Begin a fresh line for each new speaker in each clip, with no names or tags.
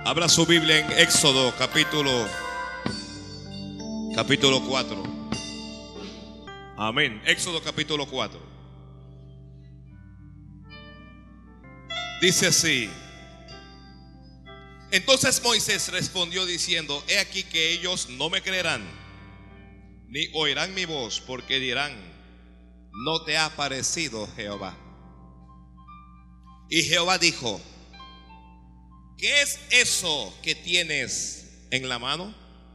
Abra su Biblia en Éxodo capítulo 4. Amén. Éxodo capítulo 4. Dice así: entonces Moisés respondió diciendo: he aquí que ellos no me creerán, ni oirán mi voz, porque dirán: no te ha aparecido Jehová. Y Jehová dijo: ¿qué es eso que tienes en la mano?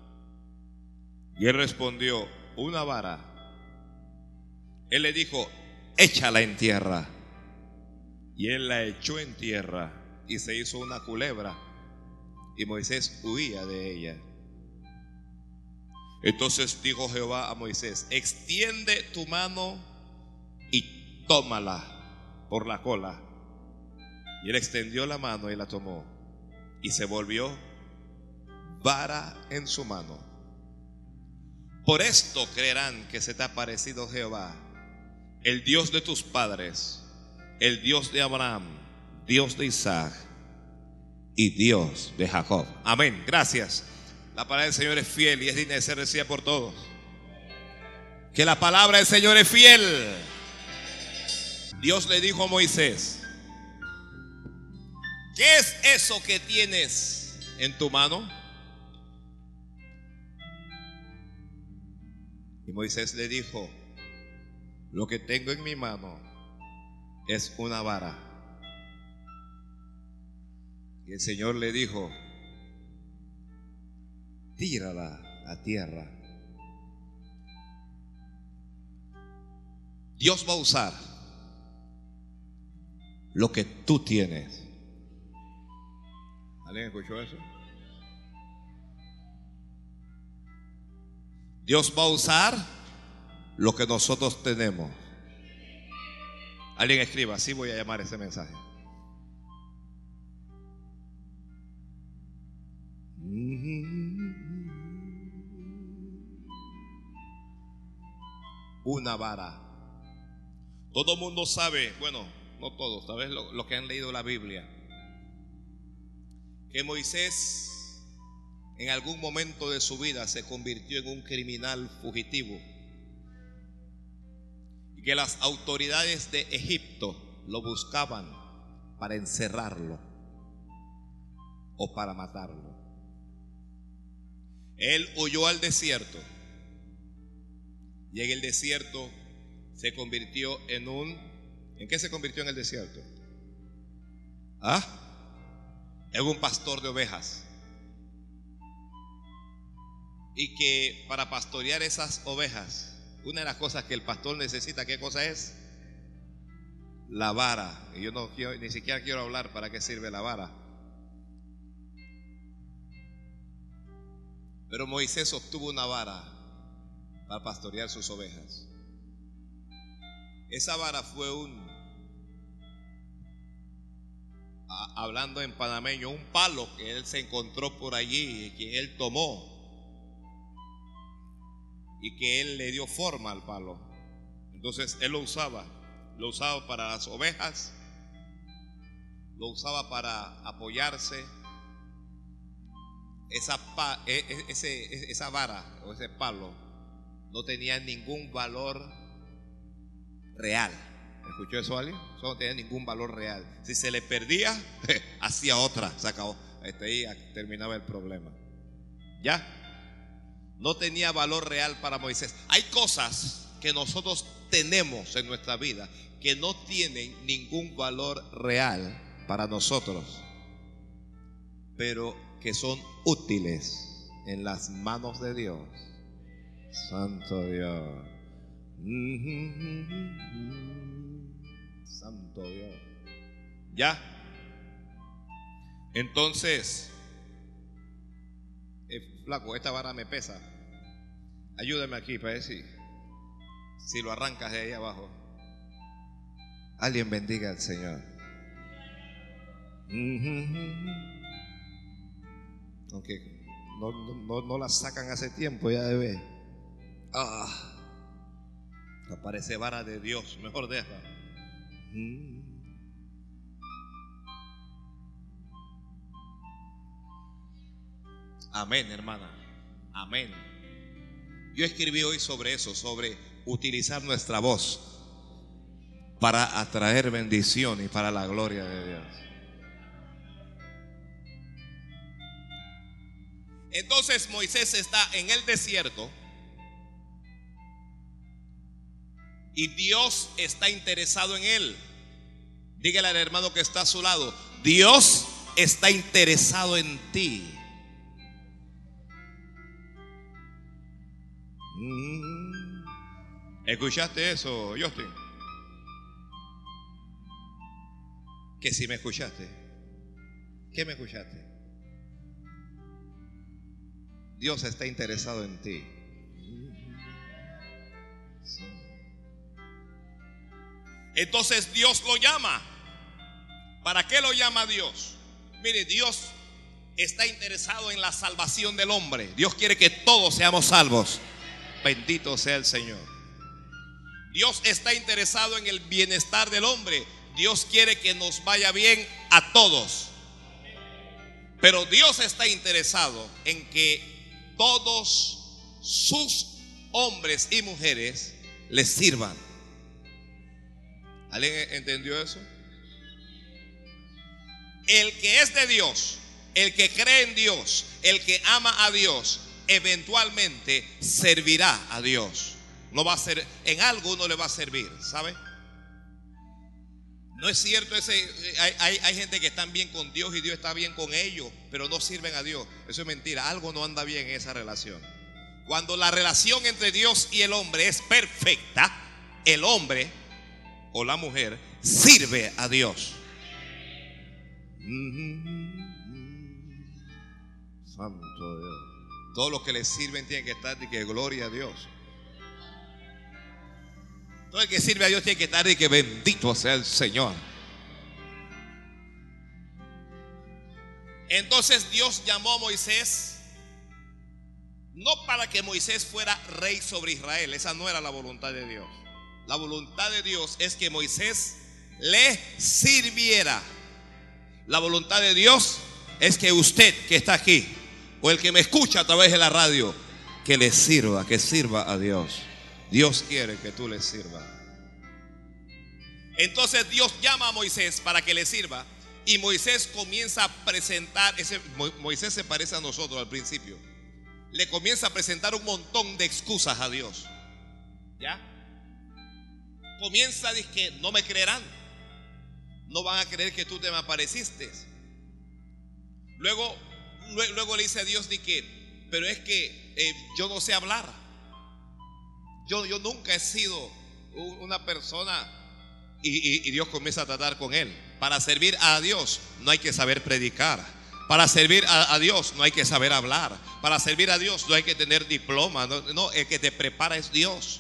Y él respondió: una vara. Él le dijo: échala en tierra. Y él la echó en tierra, y se hizo una culebra, y Moisés huía de ella. Entonces dijo Jehová a Moisés: extiende tu mano y tómala por la cola. Y él extendió la mano y la tomó, y se volvió vara en su mano. Por esto creerán que se te ha parecido Jehová, el Dios de tus padres, el Dios de Abraham, Dios de Isaac y Dios de Jacob. Amén. Gracias. La palabra del Señor es fiel y es digna de ser recibida por todos. Que la palabra del Señor es fiel. Dios le dijo a Moisés: ¿qué es eso que tienes en tu mano? Y Moisés le dijo: lo que tengo en mi mano es una vara. Y el Señor le dijo: tírala a tierra. Dios va a usar lo que tú tienes. ¿Alguien escuchó eso? Dios va a usar lo que nosotros tenemos. Alguien escriba: así voy a llamar ese mensaje. Una vara. Todo mundo sabe, bueno, no todos, tal vez los que han leído la Biblia, que Moisés en algún momento de su vida se convirtió en un criminal fugitivo y que las autoridades de Egipto lo buscaban para encerrarlo o para matarlo. Él huyó al desierto y en el desierto se convirtió en ¿en qué se convirtió en el desierto? En un pastor de ovejas. Y que para pastorear esas ovejas, una de las cosas que el pastor necesita, ¿qué cosa es? La vara. Y yo ni siquiera quiero hablar para qué sirve la vara. Pero Moisés obtuvo una vara para pastorear sus ovejas. Esa vara fue hablando en panameño, un palo que él se encontró por allí y que él tomó y que él le dio forma al palo. Entonces él lo usaba para las ovejas, lo usaba para apoyarse. Esa vara o ese palo no tenía ningún valor real. ¿Escuchó eso alguien? Eso no tenía ningún valor real. Si se le perdía, hacía otra, se acabó. Ahí terminaba el problema. ¿Ya? No tenía valor real para Moisés. Hay cosas que nosotros tenemos en nuestra vida que no tienen ningún valor real para nosotros, pero que son útiles en las manos de Dios. Santo Dios. Santo Dios. ¿Ya? Entonces, flaco, esta vara me pesa. Ayúdame aquí para ver si lo arrancas de ahí abajo. Alguien bendiga al Señor. Aunque no la sacan hace tiempo ya debe. Aparece vara de Dios, mejor deja. Amén, hermana. Amén. Yo escribí hoy sobre eso, sobre utilizar nuestra voz para atraer bendición y para la gloria de Dios. Entonces Moisés está en el desierto y Dios está interesado en él. Dígale al hermano que está a su lado: Dios está interesado en ti. ¿Escuchaste eso, Justin? Que si me escuchaste. ¿Qué me escuchaste? Dios está interesado en ti. Entonces Dios lo llama. ¿Para qué lo llama Dios? Mire, Dios está interesado en la salvación del hombre. Dios quiere que todos seamos salvos. Bendito sea el Señor. Dios está interesado en el bienestar del hombre. Dios quiere que nos vaya bien a todos. Pero Dios está interesado en que todos sus hombres y mujeres les sirvan. ¿Alguien entendió eso? El que es de Dios, el que cree en Dios, el que ama a Dios, eventualmente servirá a Dios. No va a ser, en algo uno le va a servir, ¿sabe? No es cierto hay gente que está bien con Dios y Dios está bien con ellos, pero no sirven a Dios. Eso es mentira. Algo no anda bien en esa relación. Cuando la relación entre Dios y el hombre es perfecta, el hombre o la mujer sirve a Dios. Santo Dios. Todos los que le sirven tienen que estar de que gloria a Dios. Todo el que sirve a Dios tiene que estar de que bendito sea el Señor. Entonces Dios llamó a Moisés, no para que Moisés fuera rey sobre Israel. Esa no era la voluntad de Dios. La voluntad de Dios es que Moisés le sirviera. La voluntad de Dios es que usted que está aquí, o el que me escucha a través de la radio, que le sirva, que sirva a Dios. Dios quiere que tú le sirvas. Entonces Dios llama a Moisés para que le sirva. Y Moisés comienza a presentar Moisés se parece a nosotros al principio. Le comienza a presentar un montón de excusas a Dios. ¿Ya? Comienza a decir que no me creerán. No van a creer que tú te me apareciste. Luego le dice a Dios de que, pero es que yo no sé hablar. Yo nunca he sido una persona. Y Dios comienza a tratar con él. Para servir a Dios no hay que saber predicar. Para servir a Dios no hay que saber hablar. Para servir a Dios no hay que tener diploma. No, el que te prepara es Dios.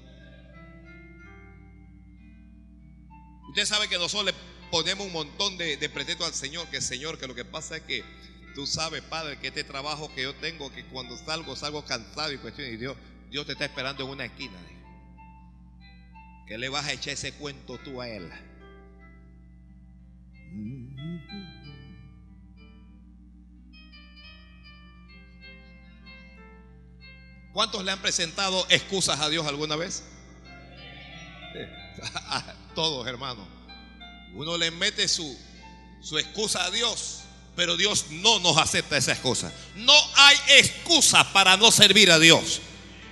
Usted sabe que nosotros le ponemos un montón de pretextos al Señor. Que Señor, que lo que pasa es que tú sabes, Padre, que este trabajo que yo tengo, que cuando salgo cansado y cuestiones, y Dios te está esperando en una esquina. ¿Qué le vas a echar ese cuento tú a él? ¿Cuántos le han presentado excusas a Dios alguna vez? A todos, hermano. Uno le mete su excusa a Dios, pero Dios no nos acepta esa excusa. No hay excusa para no servir a Dios.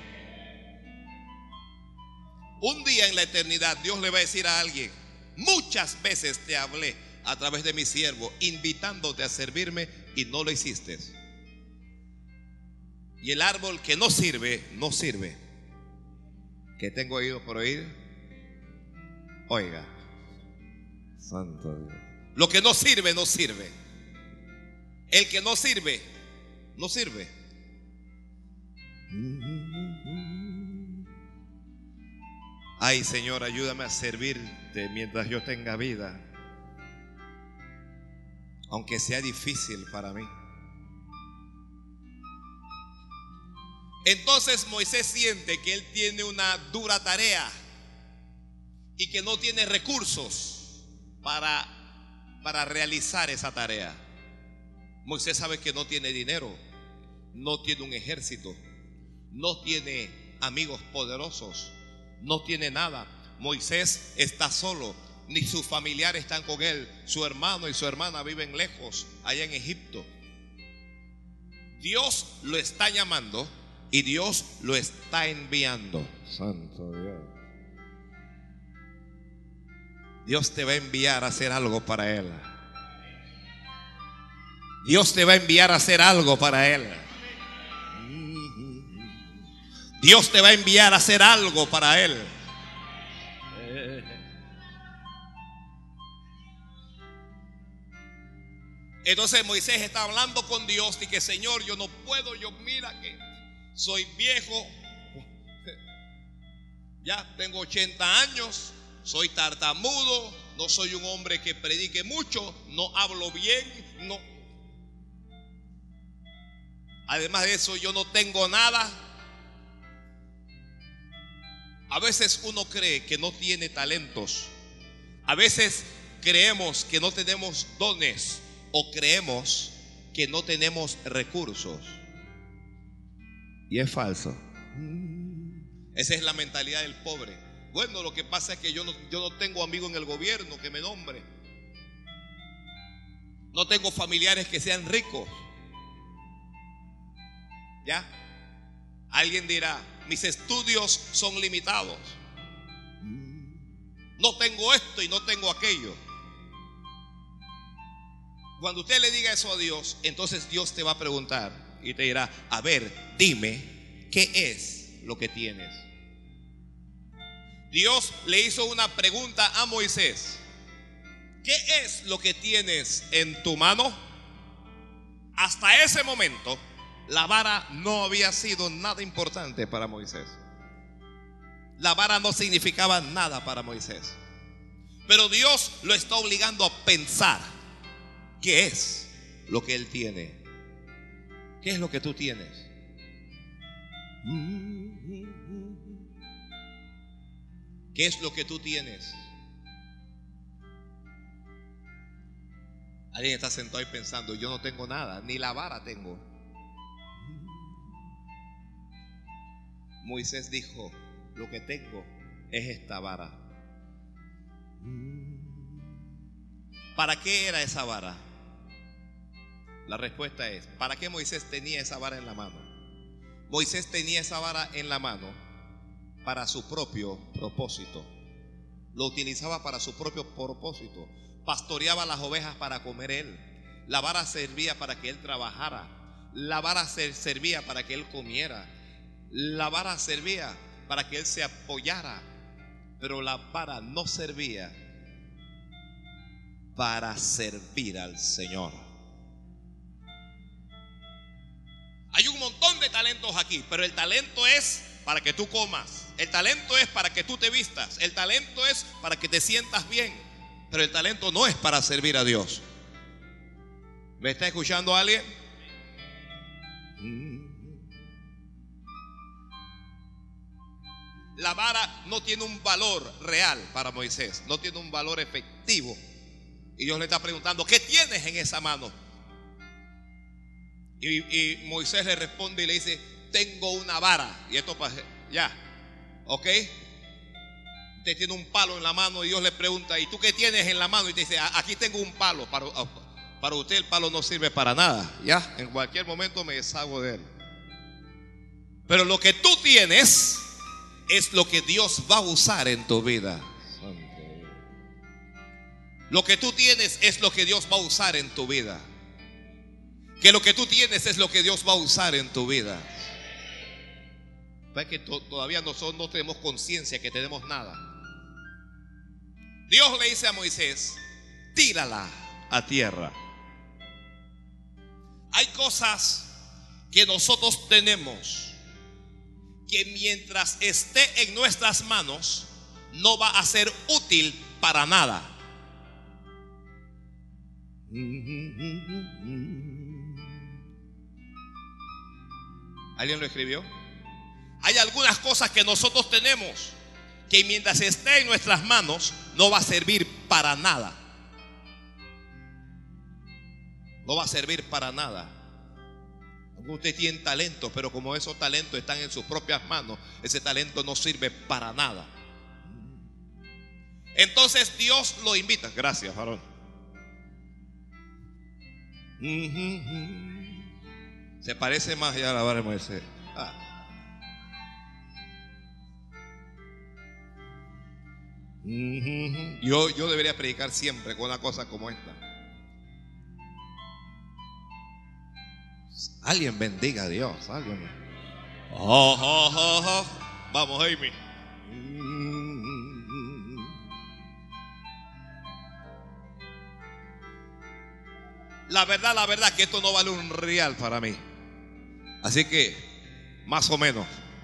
Un día en la eternidad Dios le va a decir a alguien: muchas veces te hablé a través de mi siervo, invitándote a servirme, y no lo hiciste. Y el árbol que no sirve, no sirve. ¿Qué tengo oído por oír? Oiga, santo Dios. Lo que no sirve, no sirve. El que no sirve, no sirve. Ay, Señor, ayúdame a servirte mientras yo tenga vida, aunque sea difícil para mí. Entonces Moisés siente que él tiene una dura tarea y que no tiene recursos para realizar esa tarea. Moisés sabe que no tiene dinero. no tiene un ejército, no tiene amigos poderosos, no tiene nada. Moisés está solo, ni sus familiares están con él. Su hermano y su hermana viven lejos, allá en Egipto. Dios lo está llamando y Dios lo está enviando. Santo Dios. Dios te va a enviar a hacer algo para Él. Dios te va a enviar a hacer algo para Él. Dios te va a enviar a hacer algo para Él. Entonces Moisés está hablando con Dios y que Señor, yo no puedo, yo mira que soy viejo, ya tengo 80 años, soy tartamudo, no soy un hombre que predique mucho, no hablo bien, no. Además de eso, yo no tengo nada. A veces uno cree que no tiene talentos. A veces creemos que no tenemos dones o creemos que no tenemos recursos. Y es falso. Esa es la mentalidad del pobre. Bueno, lo que pasa es que yo no tengo amigos en el gobierno que me nombre. No tengo familiares que sean ricos. ¿Ya? Alguien dirá, mis estudios son limitados. No tengo esto y no tengo aquello. Cuando usted le diga eso a Dios, entonces Dios te va a preguntar y te dirá, a ver, dime, ¿qué es lo que tienes? Dios le hizo una pregunta a Moisés. ¿Qué es lo que tienes en tu mano? Hasta ese momento, la vara no había sido nada importante para Moisés. La vara no significaba nada para Moisés. Pero Dios lo está obligando a pensar. ¿Qué es lo que él tiene? ¿Qué es lo que tú tienes? ¿Qué es lo que tú tienes? Alguien está sentado ahí pensando, yo no tengo nada, ni la vara tengo. Moisés dijo, lo que tengo es esta vara. ¿Para qué era esa vara? La respuesta es, ¿para qué Moisés tenía esa vara en la mano? Moisés tenía esa vara en la mano para su propio propósito. Lo utilizaba para su propio propósito. Pastoreaba las ovejas para comer él. La vara servía para que él trabajara. La vara servía para que él comiera. La vara servía para que él se apoyara. Pero la vara no servía para servir al Señor. Hay un montón de talentos aquí, pero el talento es para que tú comas. El talento es para que tú te vistas. El talento es para que te sientas bien. Pero el talento no es para servir a Dios. ¿Me está escuchando alguien? La vara no tiene un valor real para Moisés. No tiene un valor efectivo. Y Dios le está preguntando, ¿qué tienes en esa mano? Y Moisés le responde y le dice, tengo una vara. Y esto pasa, ya, ¿ok? Usted tiene un palo en la mano y Dios le pregunta, ¿y tú qué tienes en la mano? Y te dice, aquí tengo un palo. Para usted el palo no sirve para nada. Ya, en cualquier momento me deshago de él. Pero lo que tú tienes es lo que Dios va a usar en tu vida. Lo que tú tienes es lo que Dios va a usar en tu vida. Que lo que tú tienes es lo que Dios va a usar en tu vida. Es que todavía nosotros no tenemos conciencia que tenemos nada. Dios le dice a Moisés, tírala a tierra. Hay cosas que nosotros tenemos que mientras esté en nuestras manos no va a ser útil para nada. ¿Alguien lo escribió? Hay algunas cosas que nosotros tenemos que mientras esté en nuestras manos no va a servir para nada. No va a servir para nada. Usted tiene talento, pero como esos talentos están en sus propias manos, ese talento no sirve para nada. Entonces Dios lo invita. Gracias, varón. Se parece más ya a la vara de Moisés. Yo debería predicar siempre con una cosa como esta. Alguien bendiga a Dios. Alguien. Vamos, Amy. La verdad que esto no vale un real para mí. Así que, más o menos.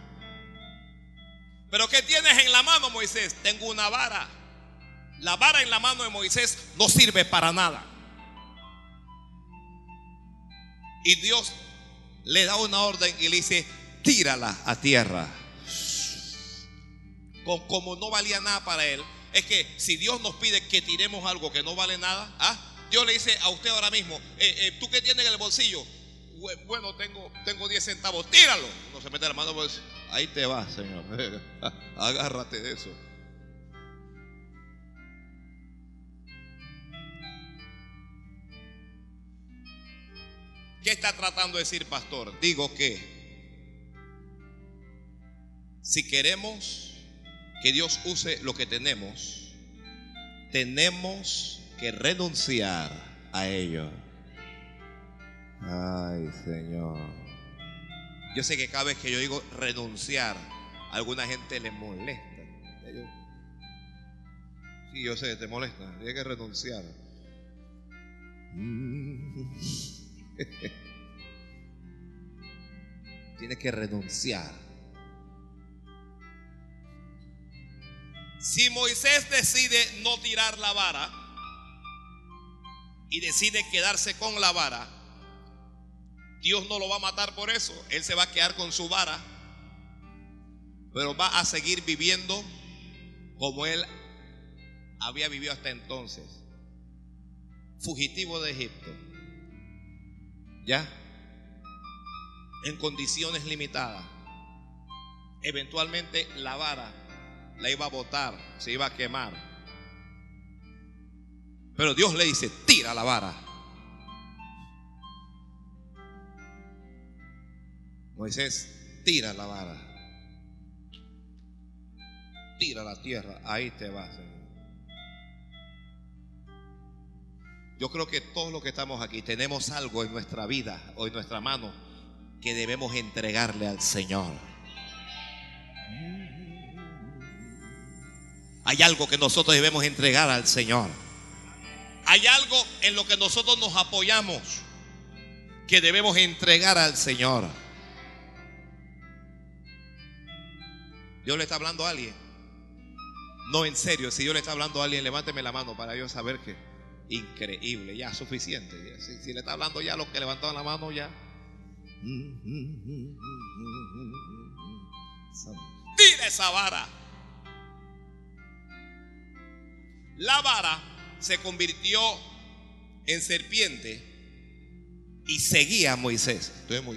¿Pero qué tienes en la mano, Moisés? Tengo una vara. La vara en la mano de Moisés no sirve para nada. Y Dios le da una orden y le dice: tírala a tierra. Como no valía nada para él. Es que si Dios nos pide que tiremos algo que no vale nada, Dios le dice a usted ahora mismo: ¿tú qué tienes en el bolsillo? Bueno, tengo 10 centavos, tíralo. No se mete la mano, pues ahí te va, Señor. Agárrate de eso. ¿Qué está tratando de decir, pastor? Digo que si queremos que Dios use lo que tenemos, tenemos que renunciar a ello. Ay, Señor. Yo sé que cada vez que yo digo renunciar, a alguna gente le molesta. Sí, yo sé, te molesta. Hay que renunciar. Tienes que renunciar. Si Moisés decide no tirar la vara y decide quedarse con la vara, Dios no lo va a matar por eso. Él se va a quedar con su vara, pero va a seguir viviendo como él había vivido hasta entonces, fugitivo de Egipto, ya, en condiciones limitadas. Eventualmente la vara la iba a botar, se iba a quemar, pero Dios le dice: tira la vara. Moisés, tira la vara, tira la tierra, ahí te vas, Señor. Yo creo que todos los que estamos aquí tenemos algo en nuestra vida o en nuestra mano que debemos entregarle al Señor. Hay algo que nosotros debemos entregar al Señor. Hay algo en lo que nosotros nos apoyamos que debemos entregar al Señor. Dios le está hablando a alguien. No, en serio, si Dios le está hablando a alguien, levánteme la mano para yo saber que increíble, ya suficiente. Si le está hablando ya a los que levantaron la mano, ya. Tira esa vara. La vara se convirtió en serpiente y seguía a Moisés.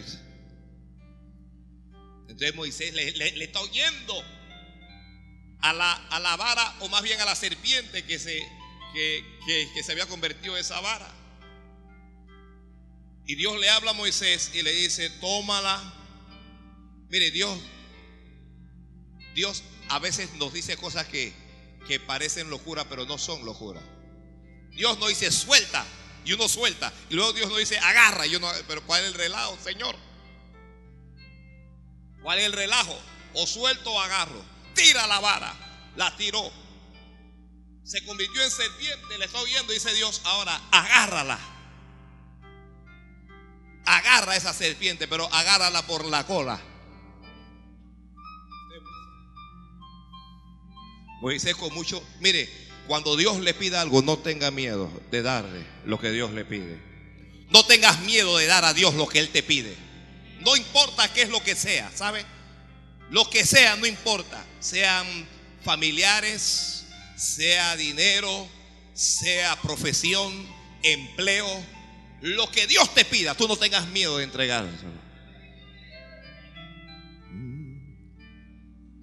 Entonces Moisés le está oyendo a la vara, o más bien a la serpiente que se había convertido en esa vara. Y Dios le habla a Moisés y le dice: tómala. Mire, Dios a veces nos dice cosas que parecen locura, pero no son locura. Dios nos dice: suelta, y uno suelta. Y luego Dios nos dice: agarra, y uno, pero ¿cuál es el relajo, Señor? ¿Cuál es el relajo? O suelto o agarro. Tira la vara. La tiró, se convirtió en serpiente. Le está oyendo, dice Dios: ahora agárrala. Agarra esa serpiente, pero agárrala por la cola. Moisés con mucho, mire, cuando Dios le pida algo, no tenga miedo de darle lo que Dios le pide. No tengas miedo de dar a Dios lo que Él te pide. No importa qué es lo que sea, ¿sabe? Lo que sea, no importa. Sean familiares, sea dinero, sea profesión, empleo. Lo que Dios te pida, tú no tengas miedo de entregarlo.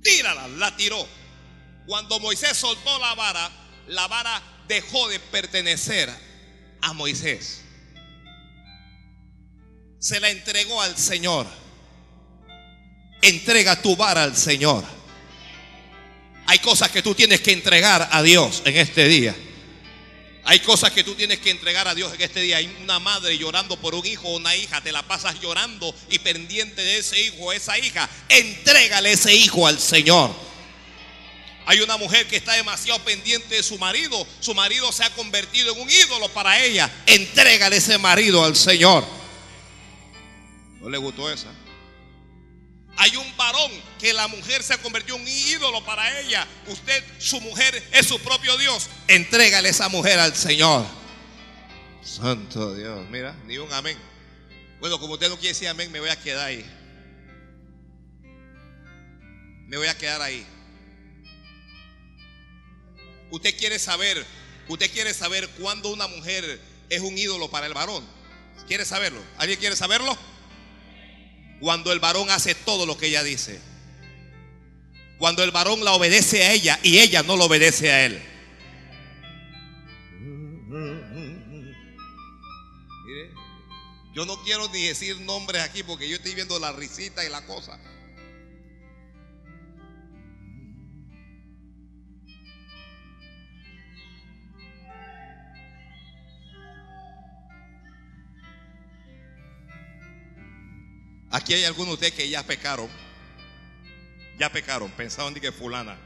tírala, la tiró. Cuando Moisés soltó la vara dejó de pertenecer a Moisés. Se la entregó al Señor. Entrega tu vara al Señor. Hay cosas que tú tienes que entregar a Dios en este día. Hay cosas que tú tienes que entregar a Dios en este día. Hay una madre llorando por un hijo o una hija. Te la pasas llorando y pendiente de ese hijo o esa hija. Entrégale ese hijo al Señor. Hay una mujer que está demasiado pendiente de su marido. Su marido se ha convertido en un ídolo para ella. Entrégale ese marido al Señor. ¿No le gustó esa? Hay un varón que la mujer se convirtió en un ídolo para ella. Usted, su mujer, es su propio Dios. Entrégale esa mujer al Señor. Santo Dios, mira, ni un amén. Bueno, como usted no quiere decir amén, me voy a quedar ahí. Me voy a quedar ahí. Usted quiere saber cuándo una mujer es un ídolo para el varón. ¿Quiere saberlo? ¿Alguien quiere saberlo? Cuando el varón hace todo lo que ella dice. Cuando el varón la obedece a ella y ella no lo obedece a él. Mire, yo no quiero ni decir nombres aquí porque yo estoy viendo la risita y la cosa. Aquí hay algunos de ustedes que ya pecaron. Ya pecaron, pensaban de que fulano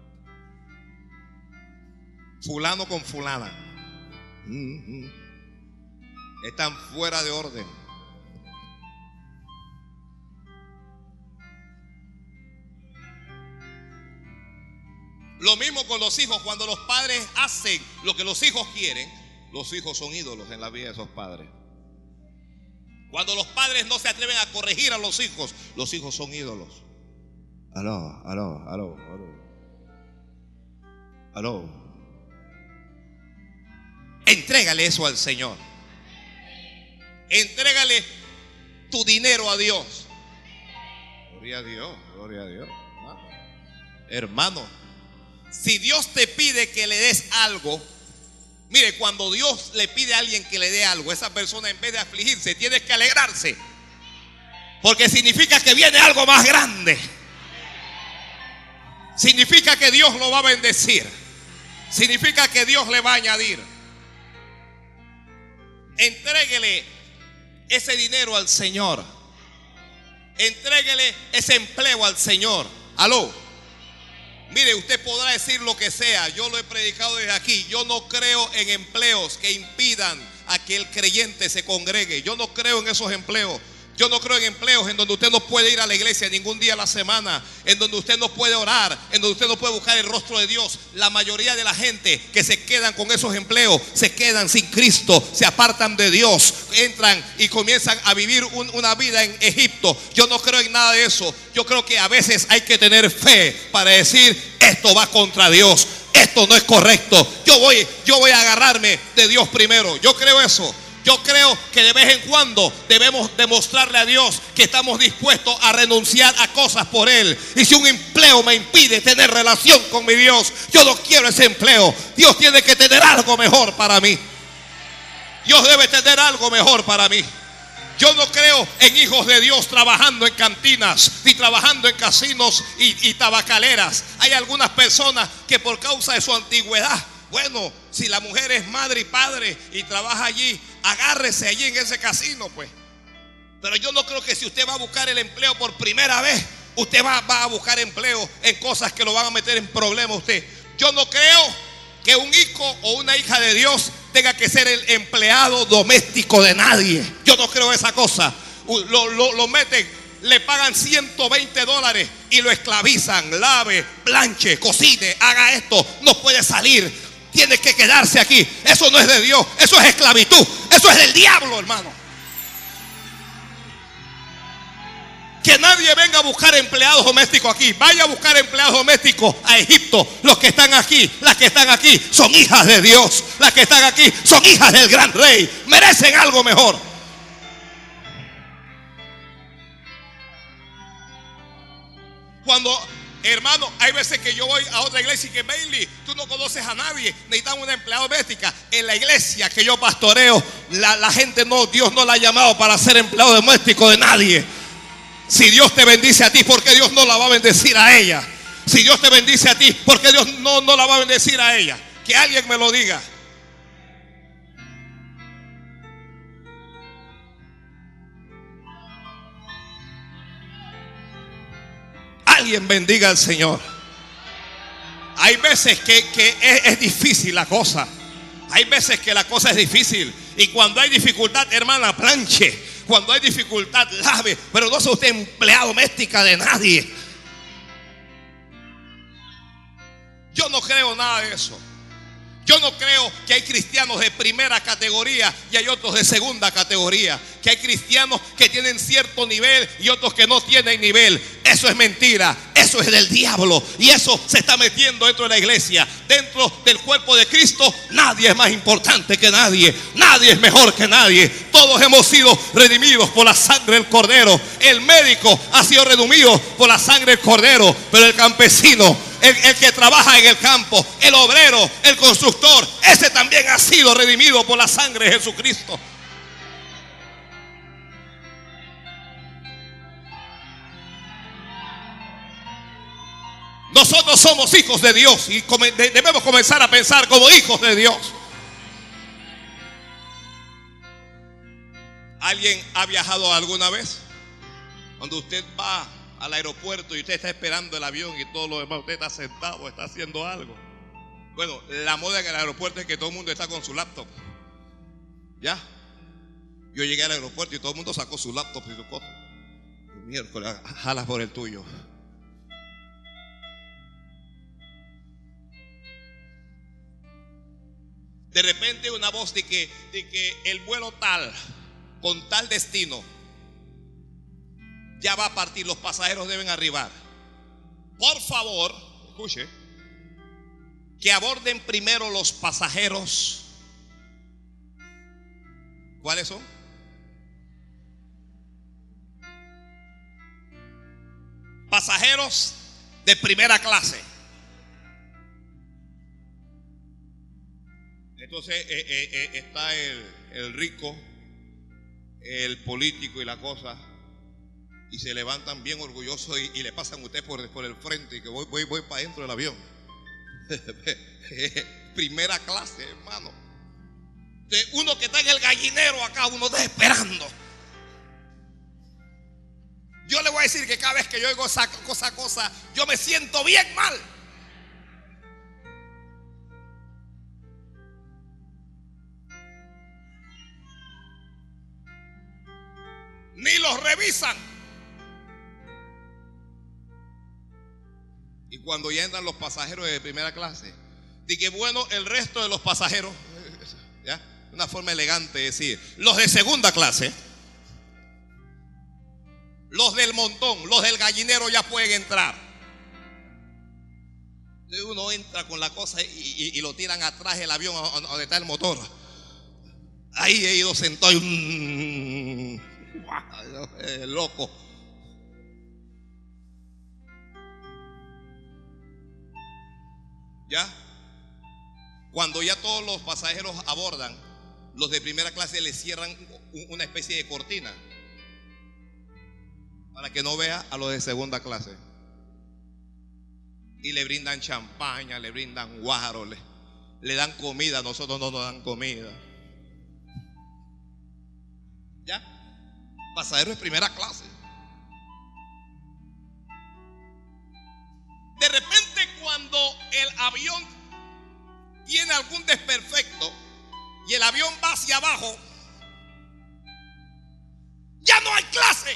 con fulana están fuera de orden. Lo mismo con los hijos. Cuando los padres hacen lo que los hijos quieren, los hijos son ídolos en la vida de esos padres. Cuando los padres no se atreven a corregir a los hijos son ídolos. Aló. Entrégale eso al Señor. Entrégale tu dinero a Dios. Gloria a Dios. Hermano, si Dios te pide que le des algo, mire, cuando Dios le pide a alguien que le dé algo, esa persona en vez de afligirse tiene que alegrarse, porque significa que viene algo más grande. Significa que Dios lo va a bendecir. Significa que Dios le va a añadir. Entréguele ese dinero al Señor. Entréguele ese empleo al Señor. Aló. Mire, usted podrá decir lo que sea. Yo lo he predicado desde aquí. Yo no creo en empleos que impidan a que el creyente se congregue. Yo no creo en esos empleos. Yo no creo en empleos en donde usted no puede ir a la iglesia ningún día a la semana, en donde usted no puede orar, en donde usted no puede buscar el rostro de Dios. La mayoría de la gente que se quedan con esos empleos se quedan sin Cristo, se apartan de Dios, entran y comienzan a vivir una vida en Egipto. Yo no creo en nada de eso. Yo creo que a veces hay que tener fe para decir: esto va contra Dios, esto no es correcto. Yo voy a agarrarme de Dios primero. Yo creo eso. Yo creo que de vez en cuando debemos demostrarle a Dios que estamos dispuestos a renunciar a cosas por Él. Y si un empleo me impide tener relación con mi Dios, yo no quiero ese empleo. Dios tiene que tener algo mejor para mí. Dios debe tener algo mejor para mí. Yo no creo en hijos de Dios trabajando en cantinas, ni trabajando en casinos y tabacaleras. Hay algunas personas que por causa de su antigüedad, bueno, si la mujer es madre y padre y trabaja allí, agárrese allí en ese casino, pues. Pero yo no creo que si usted va a buscar el empleo por primera vez, usted va a buscar empleo en cosas que lo van a meter en problemas a usted. Yo no creo que un hijo o una hija de Dios tenga que ser el empleado doméstico de nadie. Yo no creo esa cosa. Lo meten, le pagan $120 y lo esclavizan. Lave, planche, cocine, haga esto. No puede salir. Tiene que quedarse aquí. Eso no es de Dios. Eso es esclavitud. Eso es del diablo, hermano. Que nadie venga a buscar empleados domésticos aquí. Vaya a buscar empleados domésticos a Egipto. Los que están aquí, las que están aquí son hijas de Dios. Las que están aquí son hijas del gran rey. Merecen algo mejor. Cuando Hermano, hay veces que yo voy a otra iglesia y que Bailey, tú no conoces a nadie, necesitan una empleada doméstica. En la iglesia que yo pastoreo, la gente no, Dios no la ha llamado para ser empleado doméstico de nadie. Si Dios te bendice a ti, ¿por qué Dios no la va a bendecir a ella? Si Dios te bendice a ti, ¿por qué Dios no la va a bendecir a ella? Que alguien me lo diga. Alguien bendiga al Señor. Hay veces que es difícil la cosa. Hay veces que la cosa es difícil. Y cuando hay dificultad, hermana, planche. Cuando hay dificultad, lave. Pero no sea usted empleada doméstica de nadie. Yo no creo nada de eso. Yo no creo que hay cristianos de primera categoría y hay otros de segunda categoría. Que hay cristianos que tienen cierto nivel y otros que no tienen nivel. Eso es mentira. Eso es del diablo. Y eso se está metiendo dentro de la iglesia. Dentro del cuerpo de Cristo, nadie es más importante que nadie. Nadie es mejor que nadie. Todos hemos sido redimidos por la sangre del Cordero. El médico ha sido redimido por la sangre del Cordero. Pero el campesino, el que trabaja en el campo, el obrero, el constructor, ese también ha sido redimido por la sangre de Jesucristo. Nosotros somos hijos de Dios y debemos comenzar a pensar como hijos de Dios. ¿Alguien ha viajado alguna vez? Cuando usted va al aeropuerto y usted está esperando el avión y todo lo demás, usted está sentado, está haciendo algo. Bueno, la moda en el aeropuerto es que todo el mundo está con su laptop. ¿Ya? Yo llegué al aeropuerto y todo el mundo sacó su laptop y su cosa. Miércoles, jalas por el tuyo. De repente una voz de que el vuelo tal, con tal destino, ya va a partir, los pasajeros deben arribar. Por favor, escuche, que aborden primero los pasajeros. ¿Cuáles son? Pasajeros de primera clase. Entonces está el rico, el político y la cosa, y se levantan bien orgullosos y le pasan a usted por el frente y que voy para adentro del avión. Primera clase, hermano. De uno que está en el gallinero acá, uno está esperando. Yo le voy a decir que cada vez que yo oigo esa cosa, yo me siento bien mal. Ni los revisan. Y cuando ya entran los pasajeros de primera clase, dije, bueno, el resto de los pasajeros, ¿ya? Una forma elegante de decir, los de segunda clase, los del montón, los del gallinero ya pueden entrar. Entonces uno entra con la cosa y lo tiran atrás del avión donde está el motor. Ahí he ido sentado y loco. ¿Ya? Cuando ya todos los pasajeros abordan, los de primera clase les cierran una especie de cortina para que no vea a los de segunda clase. Y le brindan champaña, le brindan guaro, le dan comida. Nosotros no nos dan comida. ¿Ya? Pasajeros de primera clase. De repente, cuando el avión tiene algún desperfecto y el avión va hacia abajo, ya no hay clase.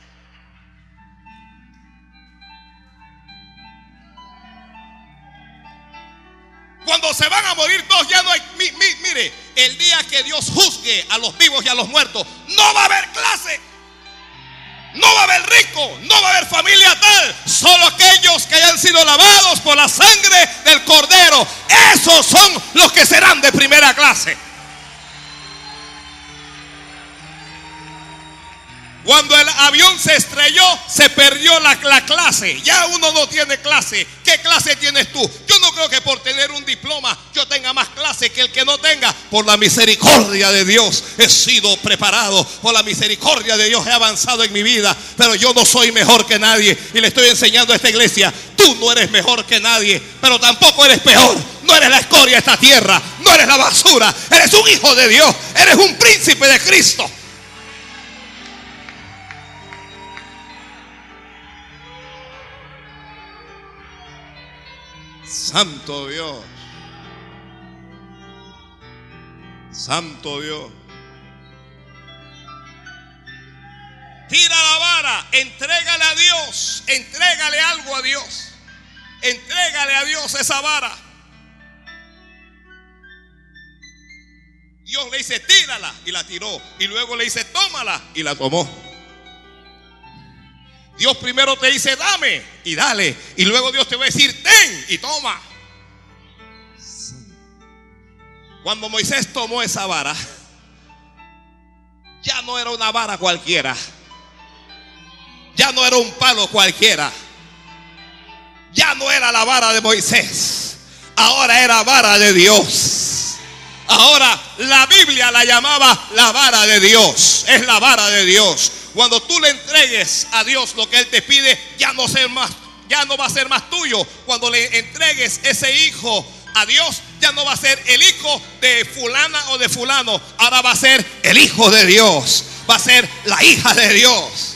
Cuando se van a morir todos, ya no hay. Mire, el día que Dios juzgue a los vivos y a los muertos, no va a haber clase. No va a haber rico, no va a haber familia tal. Solo aquellos que hayan sido lavados por la sangre del Cordero, esos son los que serán de primera clase. Cuando el avión se estrelló, se perdió la clase. Ya uno no tiene clase. ¿Qué clase tienes tú? Yo no creo que por tener un diploma yo tenga más clase que el que no tenga. Por la misericordia de Dios he sido preparado. Por la misericordia de Dios he avanzado en mi vida. Pero yo no soy mejor que nadie. Y le estoy enseñando a esta iglesia: tú no eres mejor que nadie, pero tampoco eres peor. No eres la escoria de esta tierra. No eres la basura. Eres un hijo de Dios. Eres un príncipe de Cristo. Santo Dios. Santo Dios. Tira la vara, entrégale a Dios, entrégale algo a Dios. Entrégale a Dios esa vara. Dios le dice: tírala, y la tiró. Y luego le dice: tómala, y la tomó. Dios primero te dice: dame, y dale. Y luego Dios te va a decir: ten, y toma. Cuando Moisés tomó esa vara, ya no era una vara cualquiera. Ya no era un palo cualquiera. Ya no era la vara de Moisés. Ahora era vara de Dios. Ahora la Biblia la llamaba la vara de Dios. Es la vara de Dios. Cuando tú le entregues a Dios lo que Él te pide, ya no va a ser más tuyo. Cuando le entregues ese hijo a Dios, ya no va a ser el hijo de fulana o de fulano. Ahora va a ser el hijo de Dios. Va a ser la hija de Dios.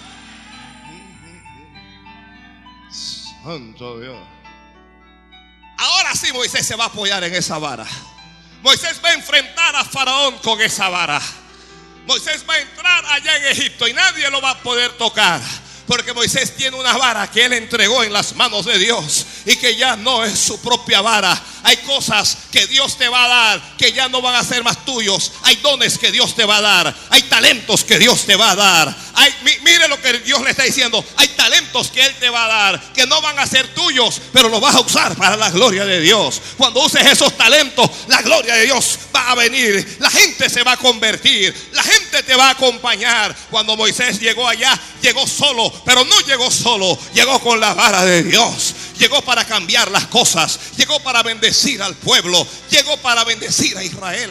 Santo Dios. Ahora sí Moisés se va a apoyar en esa vara. Moisés va a enfrentar a Faraón con esa vara. Moisés va a entrar allá en Egipto y nadie lo va a poder tocar. Porque Moisés tiene una vara que él entregó en las manos de Dios y que ya no es su propia vara. Hay cosas que Dios te va a dar que ya no van a ser más tuyos. Hay dones que Dios te va a dar. Hay talentos que Dios te va a dar. Mire lo que Dios le está diciendo. Hay talentos que Él te va a dar que no van a ser tuyos, pero los vas a usar para la gloria de Dios. Cuando uses esos talentos, la gloria de Dios va a venir. La gente se va a convertir. La gente te va a acompañar. Cuando Moisés llegó allá, llegó solo. Pero no llegó solo, llegó con la vara de Dios. Llegó para cambiar las cosas. Llegó para bendecir al pueblo. Llegó para bendecir a Israel.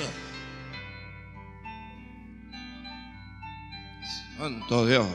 Santo Dios.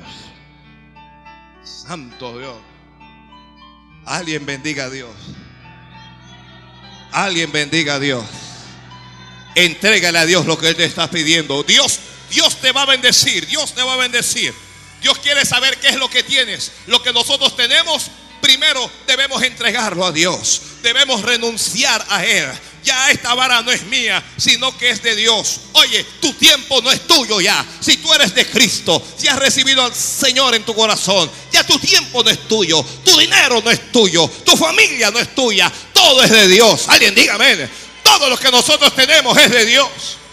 Santo Dios. Alguien bendiga a Dios. Alguien bendiga a Dios. Entrégale a Dios lo que Él te está pidiendo. Dios te va a bendecir. Dios te va a bendecir. Dios quiere saber qué es lo que tienes. Lo que nosotros tenemos, primero debemos entregarlo a Dios. Debemos renunciar a Él. Ya esta vara no es mía, sino que es de Dios. Oye, tu tiempo no es tuyo ya. Si tú eres de Cristo, si has recibido al Señor en tu corazón, ya tu tiempo no es tuyo. Tu dinero no es tuyo. Tu familia no es tuya. Todo es de Dios. Alguien dígame. Todo lo que nosotros tenemos es de Dios.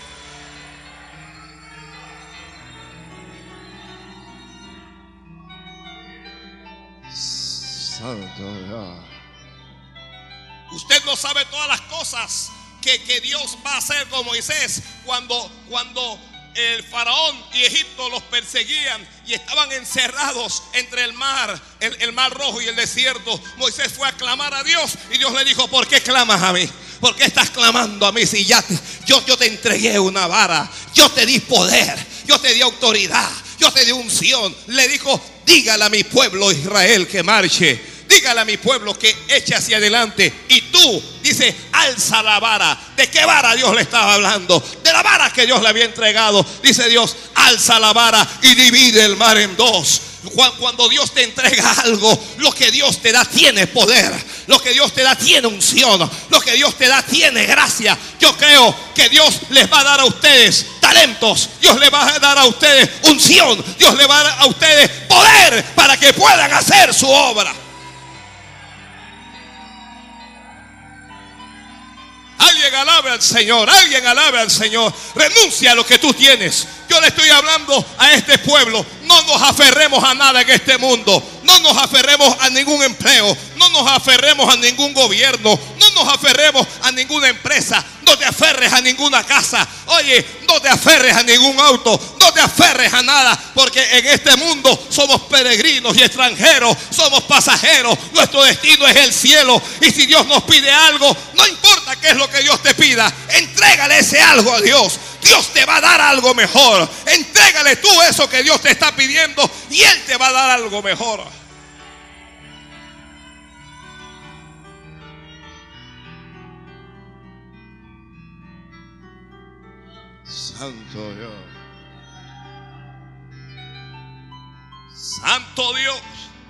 Usted no sabe todas las cosas que Dios va a hacer con Moisés cuando el faraón y Egipto los perseguían y estaban encerrados entre el mar rojo y el desierto. Moisés fue a clamar a Dios y Dios le dijo: ¿por qué clamas a mí? ¿Por qué estás clamando a mí si yo te entregué una vara? Yo te di poder, yo te di autoridad, yo te di unción. Le dijo: dígale a mi pueblo Israel que marche. Dígale a mi pueblo que eche hacia adelante. Y tú, dice, alza la vara. ¿De qué vara Dios le estaba hablando? De la vara que Dios le había entregado. Dice Dios: alza la vara y divide el mar en dos. Cuando Dios te entrega algo, lo que Dios te da tiene poder. Lo que Dios te da tiene unción. Lo que Dios te da tiene gracia. Yo creo que Dios les va a dar a ustedes talentos. Dios les va a dar a ustedes unción. Dios les va a dar a ustedes poder para que puedan hacer su obra. Alguien alabe al Señor, alguien alabe al Señor. Renuncia a lo que tú tienes. Yo le estoy hablando a este pueblo. No nos aferremos a nada en este mundo. No nos aferremos a ningún empleo. No nos aferremos a ningún gobierno, no nos aferremos a ninguna empresa, no te aferres a ninguna casa. Oye, no te aferres a ningún auto, no te aferres a nada, porque en este mundo somos peregrinos y extranjeros, somos pasajeros. Nuestro destino es el cielo, y si Dios nos pide algo, no importa qué es lo que Dios te pida, entrégale ese algo a Dios. Dios te va a dar algo mejor. Entrégale tú eso que Dios te está pidiendo y Él te va a dar algo mejor. Santo Dios. Santo Dios.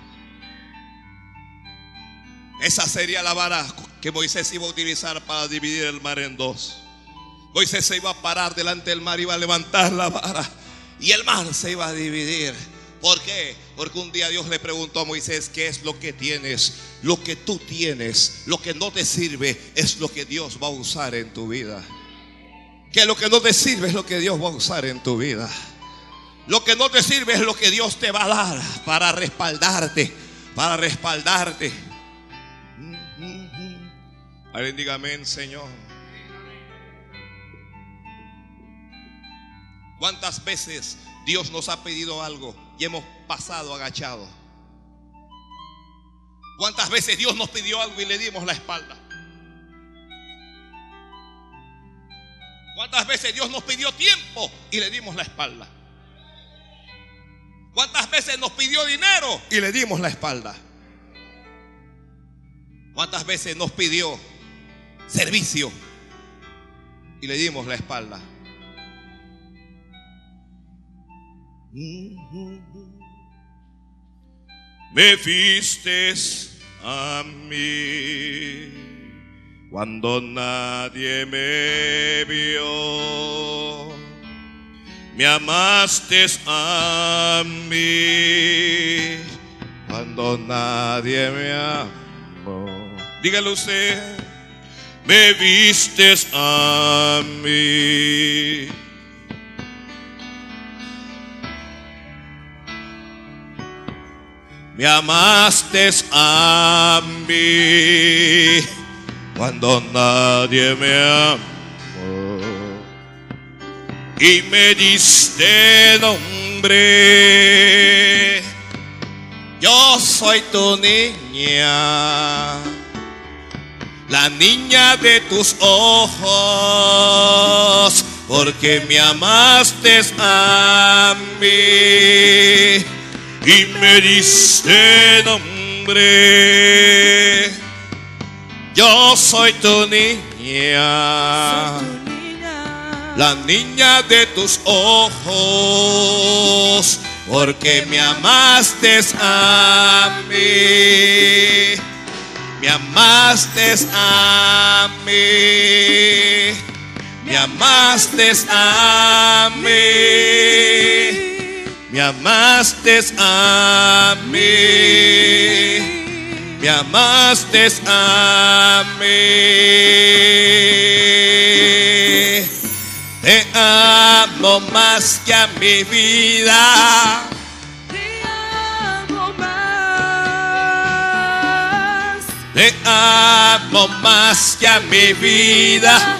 Esa sería la vara que Moisés iba a utilizar para dividir el mar en dos. Moisés se iba a parar delante del mar, iba a levantar la vara y el mar se iba a dividir. ¿Por qué? Porque un día Dios le preguntó a Moisés: ¿qué es lo que tienes? Lo que tú tienes, lo que no te sirve, es lo que Dios va a usar en tu vida. Que lo que no te sirve es lo que Dios va a usar en tu vida. Lo que no te sirve es lo que Dios te va a dar para respaldarte, para respaldarte. Alguien diga amén, Señor. ¿Cuántas veces Dios nos ha pedido algo y hemos pasado agachado? ¿Cuántas veces Dios nos pidió algo y le dimos la espalda? ¿Cuántas veces Dios nos pidió tiempo y le dimos la espalda? ¿Cuántas veces nos pidió dinero y le dimos la espalda? ¿Cuántas veces nos pidió servicio y le dimos la espalda? Me vistes a mí cuando nadie me vio, me amaste a mí cuando nadie me amó. Dígalo usted. Me vistes a mí. Me amaste a mí cuando nadie me amó, y me diste nombre. Yo soy tu niña, la niña de tus ojos, porque me amaste a mí y me diste nombre. Yo soy tu niña, la niña de tus ojos, porque me amaste a mí. Me amaste a mí. Me amaste a mí. Me amaste a mí. Me amaste a mí. Te amo más que a mi vida.
Te amo más.
Te amo más que a mi vida.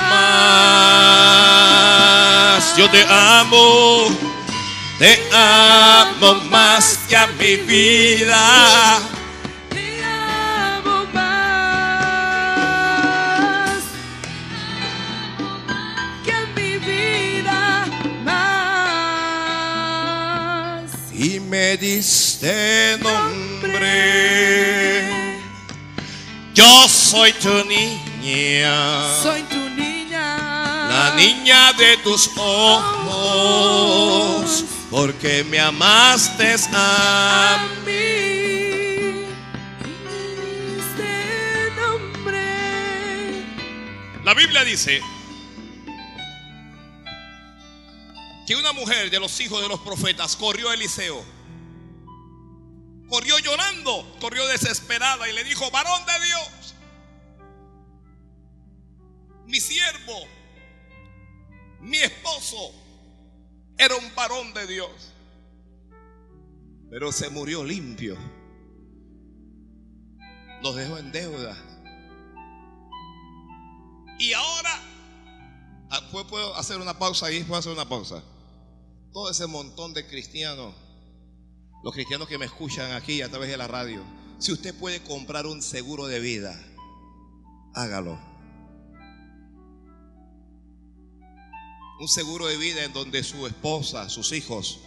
Más. Yo te amo. Te amo más que a mi vida.
Te amo más que a mi vida, más.
Y me diste nombre. Yo soy tu niña.
Soy tu niña,
La niña de tus ojos, porque me amaste a mí.
este nombre.
La Biblia dice que una mujer de los hijos de los profetas corrió a Eliseo. Corrió llorando, corrió desesperada y le dijo: varón de Dios, mi siervo, mi esposo, era un varón de Dios, pero se murió limpio. nos dejó en deuda. Y ahora, puedo hacer una pausa ahí, puedo hacer una pausa. Todo ese montón de cristianos, los cristianos que me escuchan aquí a través de la radio, si usted puede comprar un seguro de vida, hágalo. Un seguro de vida en donde su esposa, sus hijos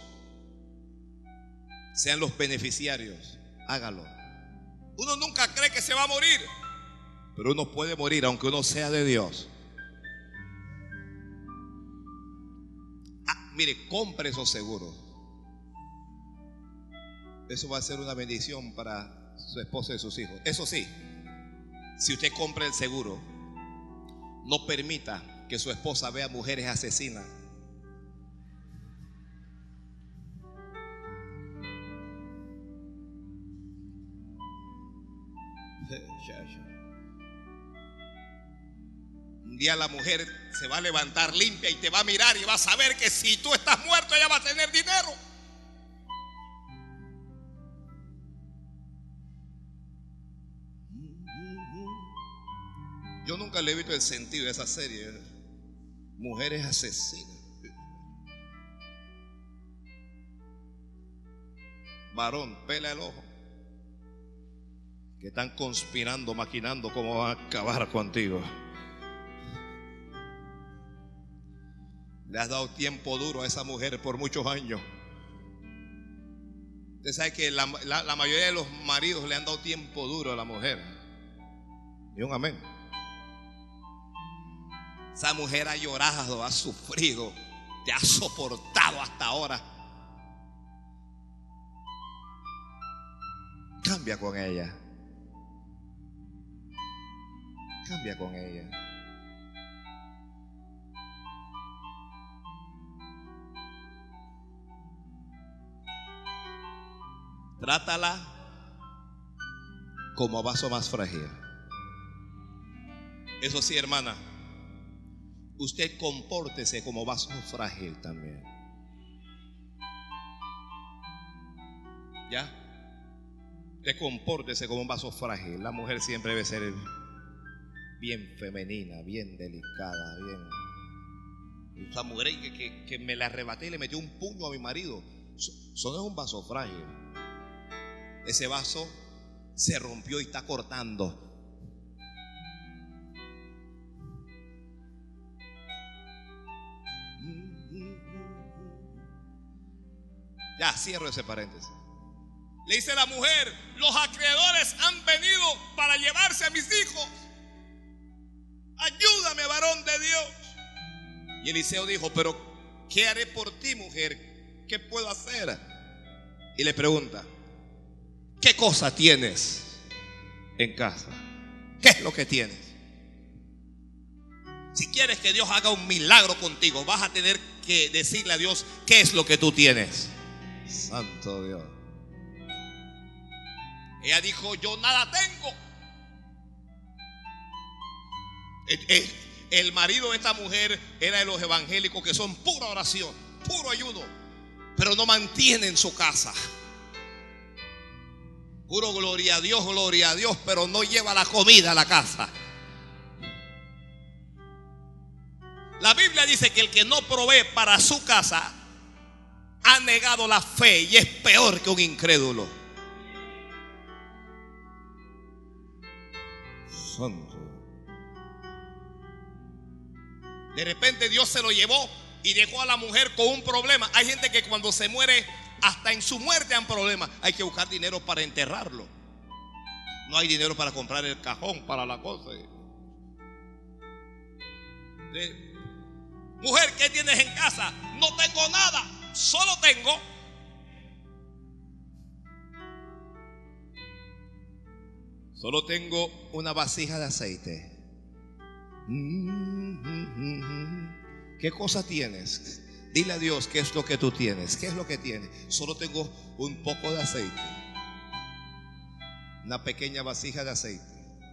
sean los beneficiarios, hágalo. Uno nunca cree que se va a morir, pero uno puede morir aunque uno sea de Dios. Mire, compre esos seguros. Eso va a ser una bendición para su esposa y sus hijos. Eso sí, si usted compra el seguro, no permita que su esposa vea mujeres asesinas. Un día la mujer se va a levantar limpia y te va a mirar y va a saber que si tú estás muerto ella va a tener dinero. Yo nunca le he visto el sentido de esa serie. Mujeres asesinas. Varón, pela el ojo. Que están conspirando, maquinando cómo van a acabar contigo. Le has dado tiempo duro a esa mujer por muchos años. Usted sabe que la mayoría de los maridos le han dado tiempo duro a la mujer. Y un amén. Esa mujer ha llorado, ha sufrido, te ha soportado hasta ahora. Cambia con ella. Cambia con ella. Trátala como vaso más frágil. Eso sí, hermana, usted compórtese como vaso frágil también. ¿Ya? Usted compórtese como un vaso frágil. La mujer siempre debe ser bien femenina, bien delicada, bien. Esa mujer que me la arrebaté y le metió un puño a mi marido. Eso no es un vaso frágil. Ese vaso se rompió y está cortando. Ya, cierro ese paréntesis. Le dice la mujer: los acreedores han venido para llevarse a mis hijos. Ayúdame, varón de Dios. Y Eliseo dijo: pero ¿qué haré por ti, mujer? ¿Qué puedo hacer? Y le pregunta: ¿qué cosa tienes en casa? ¿Qué es lo que tienes? Si quieres que Dios haga un milagro contigo, vas a tener que decirle a Dios qué es lo que tú tienes. Santo Dios. Ella dijo: yo nada tengo. El marido de esta mujer era de los evangélicos que son pura oración, puro ayuno, pero no mantienen su casa. Puro gloria a Dios, pero no lleva la comida a la casa. La Biblia dice que el que no provee para su casa ha negado la fe y es peor que un incrédulo. Santo. De repente Dios se lo llevó y dejó a la mujer con un problema. Hay gente que cuando se muere, hasta en su muerte han problemas. Hay que buscar dinero para enterrarlo. No hay dinero para comprar el cajón para la cosa. Mujer, ¿qué tienes en casa? No tengo nada, solo tengo una vasija de aceite. ¿Qué cosa tienes? Dile a Dios qué es lo que tú tienes. ¿Qué es lo que tienes? Solo tengo un poco de aceite. Una pequeña vasija de aceite.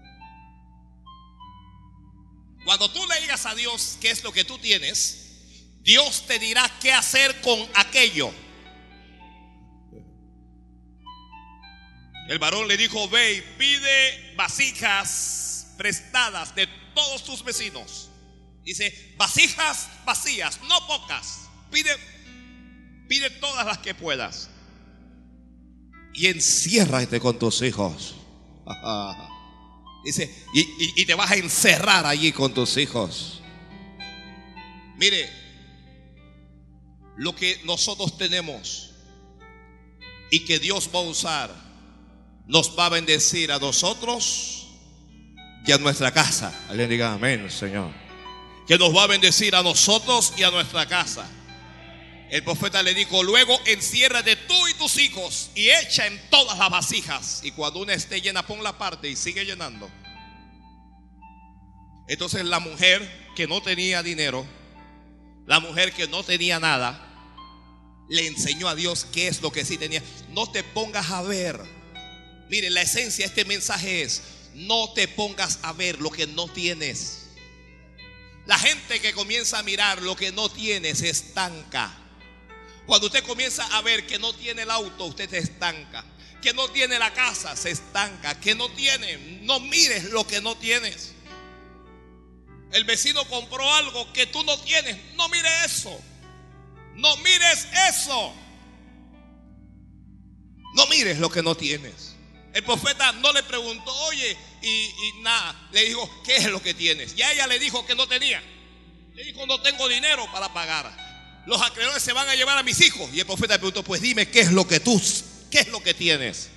Cuando tú le digas a Dios qué es lo que tú tienes, Dios te dirá qué hacer con aquello. El varón le dijo: ve y pide vasijas prestadas de todos tus vecinos. Dice: vasijas vacías, no pocas. Pide todas las que puedas. Y enciérrate con tus hijos. Dice, y te vas a encerrar allí con tus hijos. Mire, lo que nosotros tenemos y que Dios va a usar, nos va a bendecir a nosotros y a nuestra casa. Alguien diga amén, Señor. Que nos va a bendecir a nosotros y a nuestra casa. El profeta le dijo: luego enciérrate tú y tus hijos y echa en todas las vasijas, y cuando una esté llena, ponla aparte y sigue llenando. Entonces la mujer que no tenía dinero, la mujer que no tenía nada, le enseñó a Dios qué es lo que sí tenía. No te pongas a ver. Mire, la esencia de este mensaje es: no te pongas a ver lo que no tienes. La gente que comienza a mirar lo que no tiene se estanca. Cuando usted comienza a ver que no tiene el auto, usted se estanca. Que no tiene la casa, se estanca. Que no tiene, no mires lo que no tienes. El vecino compró algo que tú no tienes, no mires eso. No mires eso. No mires lo que no tienes. El profeta no le preguntó: oye, y nada. Le dijo: ¿qué es lo que tienes? Y a ella le dijo que no tenía. Le dijo: no tengo dinero para pagar. Los acreedores se van a llevar a mis hijos. Y el profeta le preguntó: pues dime, ¿qué es lo que tienes?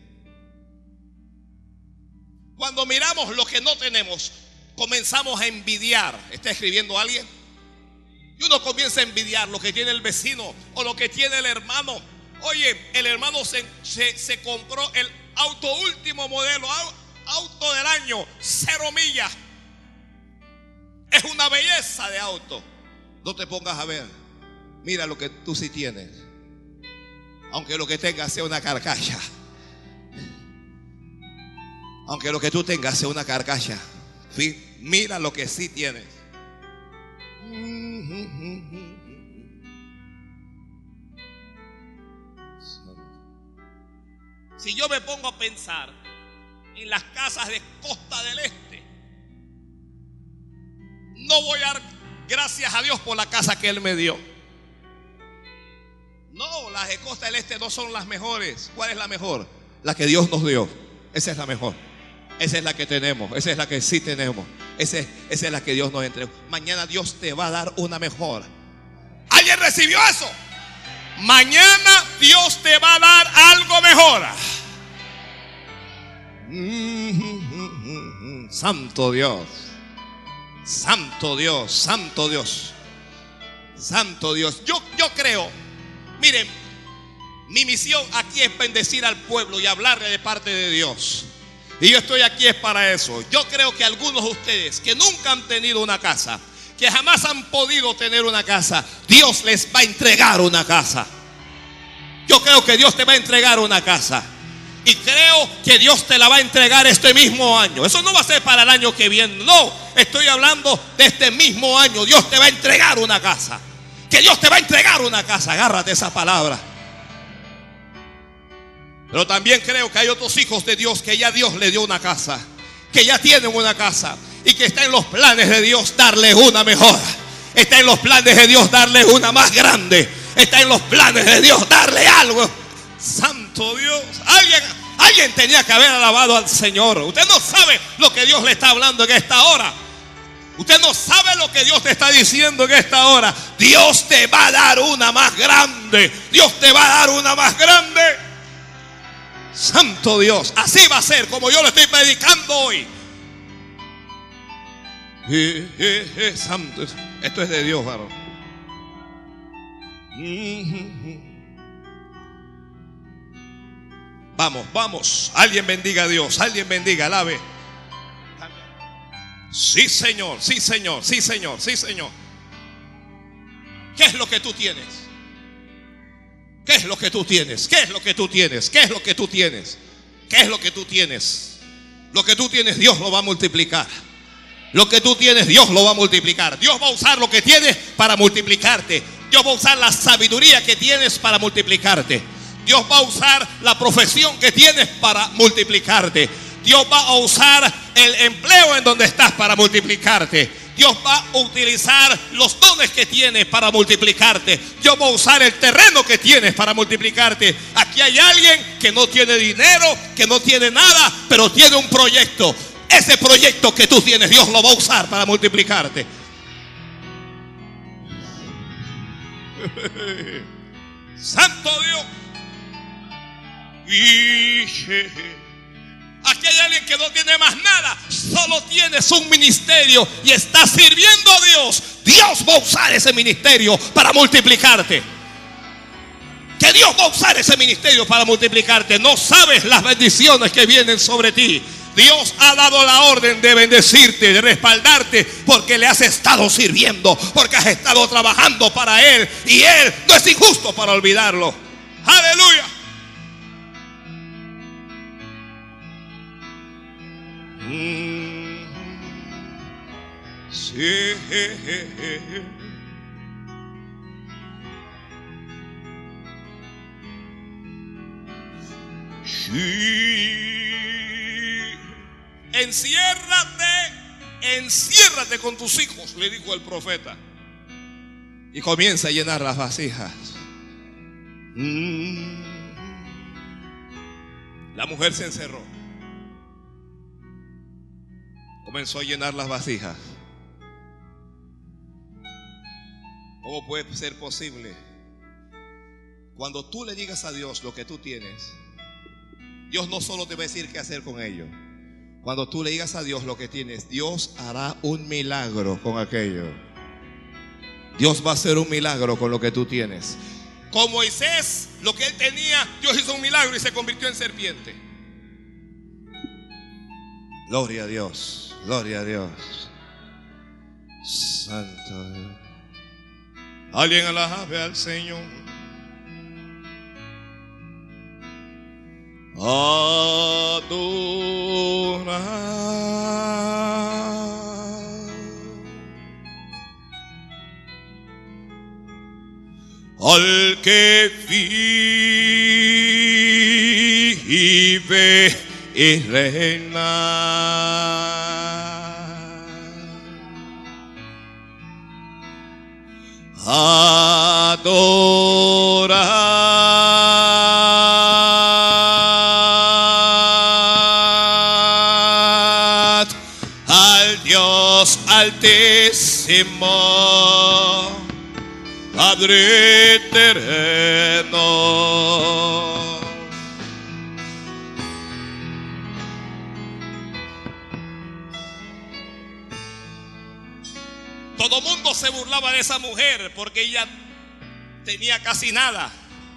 Cuando miramos lo que no tenemos, comenzamos a envidiar. ¿Está escribiendo alguien? Y uno comienza a envidiar lo que tiene el vecino o lo que tiene el hermano. Oye, el hermano se compró el auto último modelo, auto del año, 0 millas. Es una belleza de auto. No te pongas a ver. Mira lo que tú sí tienes. Aunque lo que tengas sea una carcasa. Aunque lo que tú tengas sea una carcasa. Mira lo que sí tienes. Si yo me pongo a pensar en las casas de Costa del Este, no voy a dar gracias a Dios por la casa que Él me dio. No, las de Costa del Este no son las mejores. ¿Cuál es la mejor? La que Dios nos dio. Esa es la mejor. Esa es la que tenemos. Esa es la que sí tenemos. Esa es la que Dios nos entregó. Mañana Dios te va a dar una mejor. ¿Alguien recibió eso? Mañana Dios te va a dar algo mejor. Santo Dios. Santo Dios. Santo Dios. Santo Dios. Yo creo. Miren, mi misión aquí es bendecir al pueblo y hablarle de parte de Dios. Y yo estoy aquí es para eso. Yo creo que algunos de ustedes que nunca han tenido una casa, que jamás han podido tener una casa, Dios les va a entregar una casa. Yo creo que Dios te va a entregar una casa. Y creo que Dios te la va a entregar este mismo año. Eso no va a ser para el año que viene. No, estoy hablando de este mismo año. Dios te va a entregar una casa. Que Dios te va a entregar una casa. Agárrate esa palabra. Pero también creo que hay otros hijos de Dios que ya Dios le dio una casa, que ya tienen una casa y que está en los planes de Dios darle una mejor. Está en los planes de Dios darle una más grande. Está en los planes de Dios darle algo. Santo Dios. Alguien tenía que haber alabado al Señor. Usted no sabe lo que Dios le está hablando en esta hora. Usted no sabe lo que Dios te está diciendo en esta hora. Dios te va a dar una más grande. Dios te va a dar una más grande. Santo Dios. Así va a ser como yo lo estoy predicando hoy. Santo. Esto es de Dios, varón. Vamos. Alguien bendiga a Dios. Alguien bendiga, alabe. Sí, Señor. ¿Qué es lo que tú tienes? ¿Qué es lo que tú tienes? ¿Qué es lo que tú tienes? ¿Qué es lo que tú tienes? ¿Qué es lo que tú tienes? Lo que tú tienes, Dios lo va a multiplicar. Lo que tú tienes, Dios lo va a multiplicar. Dios va a usar lo que tienes para multiplicarte. Dios va a usar la sabiduría que tienes para multiplicarte. Dios va a usar la profesión que tienes para multiplicarte. Dios va a usar el empleo en donde estás para multiplicarte. Dios va a utilizar los dones que tienes para multiplicarte. Dios va a usar el terreno que tienes para multiplicarte. Aquí hay alguien que no tiene dinero, que no tiene nada, pero tiene un proyecto. Ese proyecto que tú tienes, Dios lo va a usar para multiplicarte. Santo Dios. Aquí hay alguien que no tiene más nada, solo tienes un ministerio y está sirviendo a Dios. Dios va a usar ese ministerio para multiplicarte. Que Dios va a usar ese ministerio para multiplicarte. No sabes las bendiciones que vienen sobre ti. Dios ha dado la orden de bendecirte, de respaldarte, porque le has estado sirviendo, porque has estado trabajando para Él, y Él no es injusto para olvidarlo. Aleluya. Sí. Enciérrate con tus hijos, le dijo el profeta, y comienza a llenar las vasijas. La mujer se encerró, comenzó a llenar las vasijas. ¿Cómo puede ser posible? Cuando tú le digas a Dios lo que tú tienes, Dios no solo te va a decir qué hacer con ello. Cuando tú le digas a Dios lo que tienes, Dios hará un milagro con aquello. Dios va a hacer un milagro con lo que tú tienes. Con Moisés, lo que él tenía, Dios hizo un milagro y se convirtió en serpiente. Gloria a Dios, gloria a Dios. Santo Dios. Alguien alabe al Señor. Adora al que vive y reina. Adorad al Dios altísimo, Padre eterno. Todo mundo se burlaba de esa mujer porque ella tenía casi nada.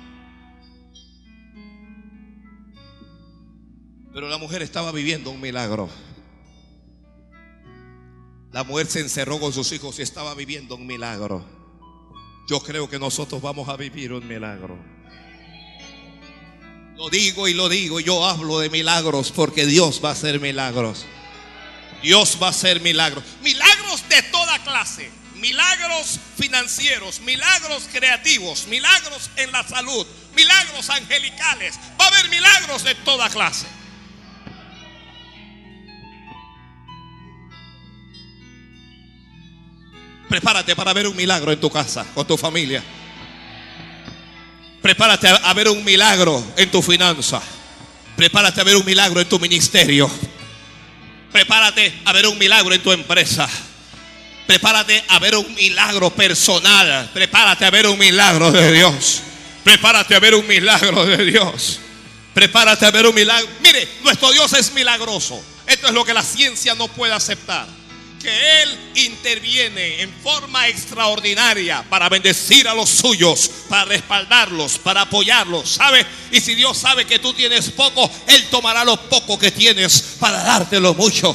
Pero la mujer estaba viviendo un milagro. La mujer se encerró con sus hijos y estaba viviendo un milagro. Yo creo que nosotros vamos a vivir un milagro. Lo digo, yo hablo de milagros porque Dios va a hacer milagros. Dios va a hacer milagros. Milagros de toda clase. Milagros financieros, milagros creativos, milagros en la salud, milagros angelicales. Va a haber milagros de toda clase. Prepárate para ver un milagro en tu casa, con tu familia. Prepárate a ver un milagro en tu finanza. Prepárate a ver un milagro en tu ministerio. Prepárate a ver un milagro en tu empresa. Prepárate a ver un milagro personal. Prepárate a ver un milagro de Dios. Prepárate a ver un milagro de Dios. Prepárate a ver un milagro. Mire, nuestro Dios es milagroso. Esto es lo que la ciencia no puede aceptar. Que Él interviene en forma extraordinaria para bendecir a los suyos, para respaldarlos, para apoyarlos, ¿sabe? Y si Dios sabe que tú tienes poco, Él tomará lo poco que tienes para dártelo mucho.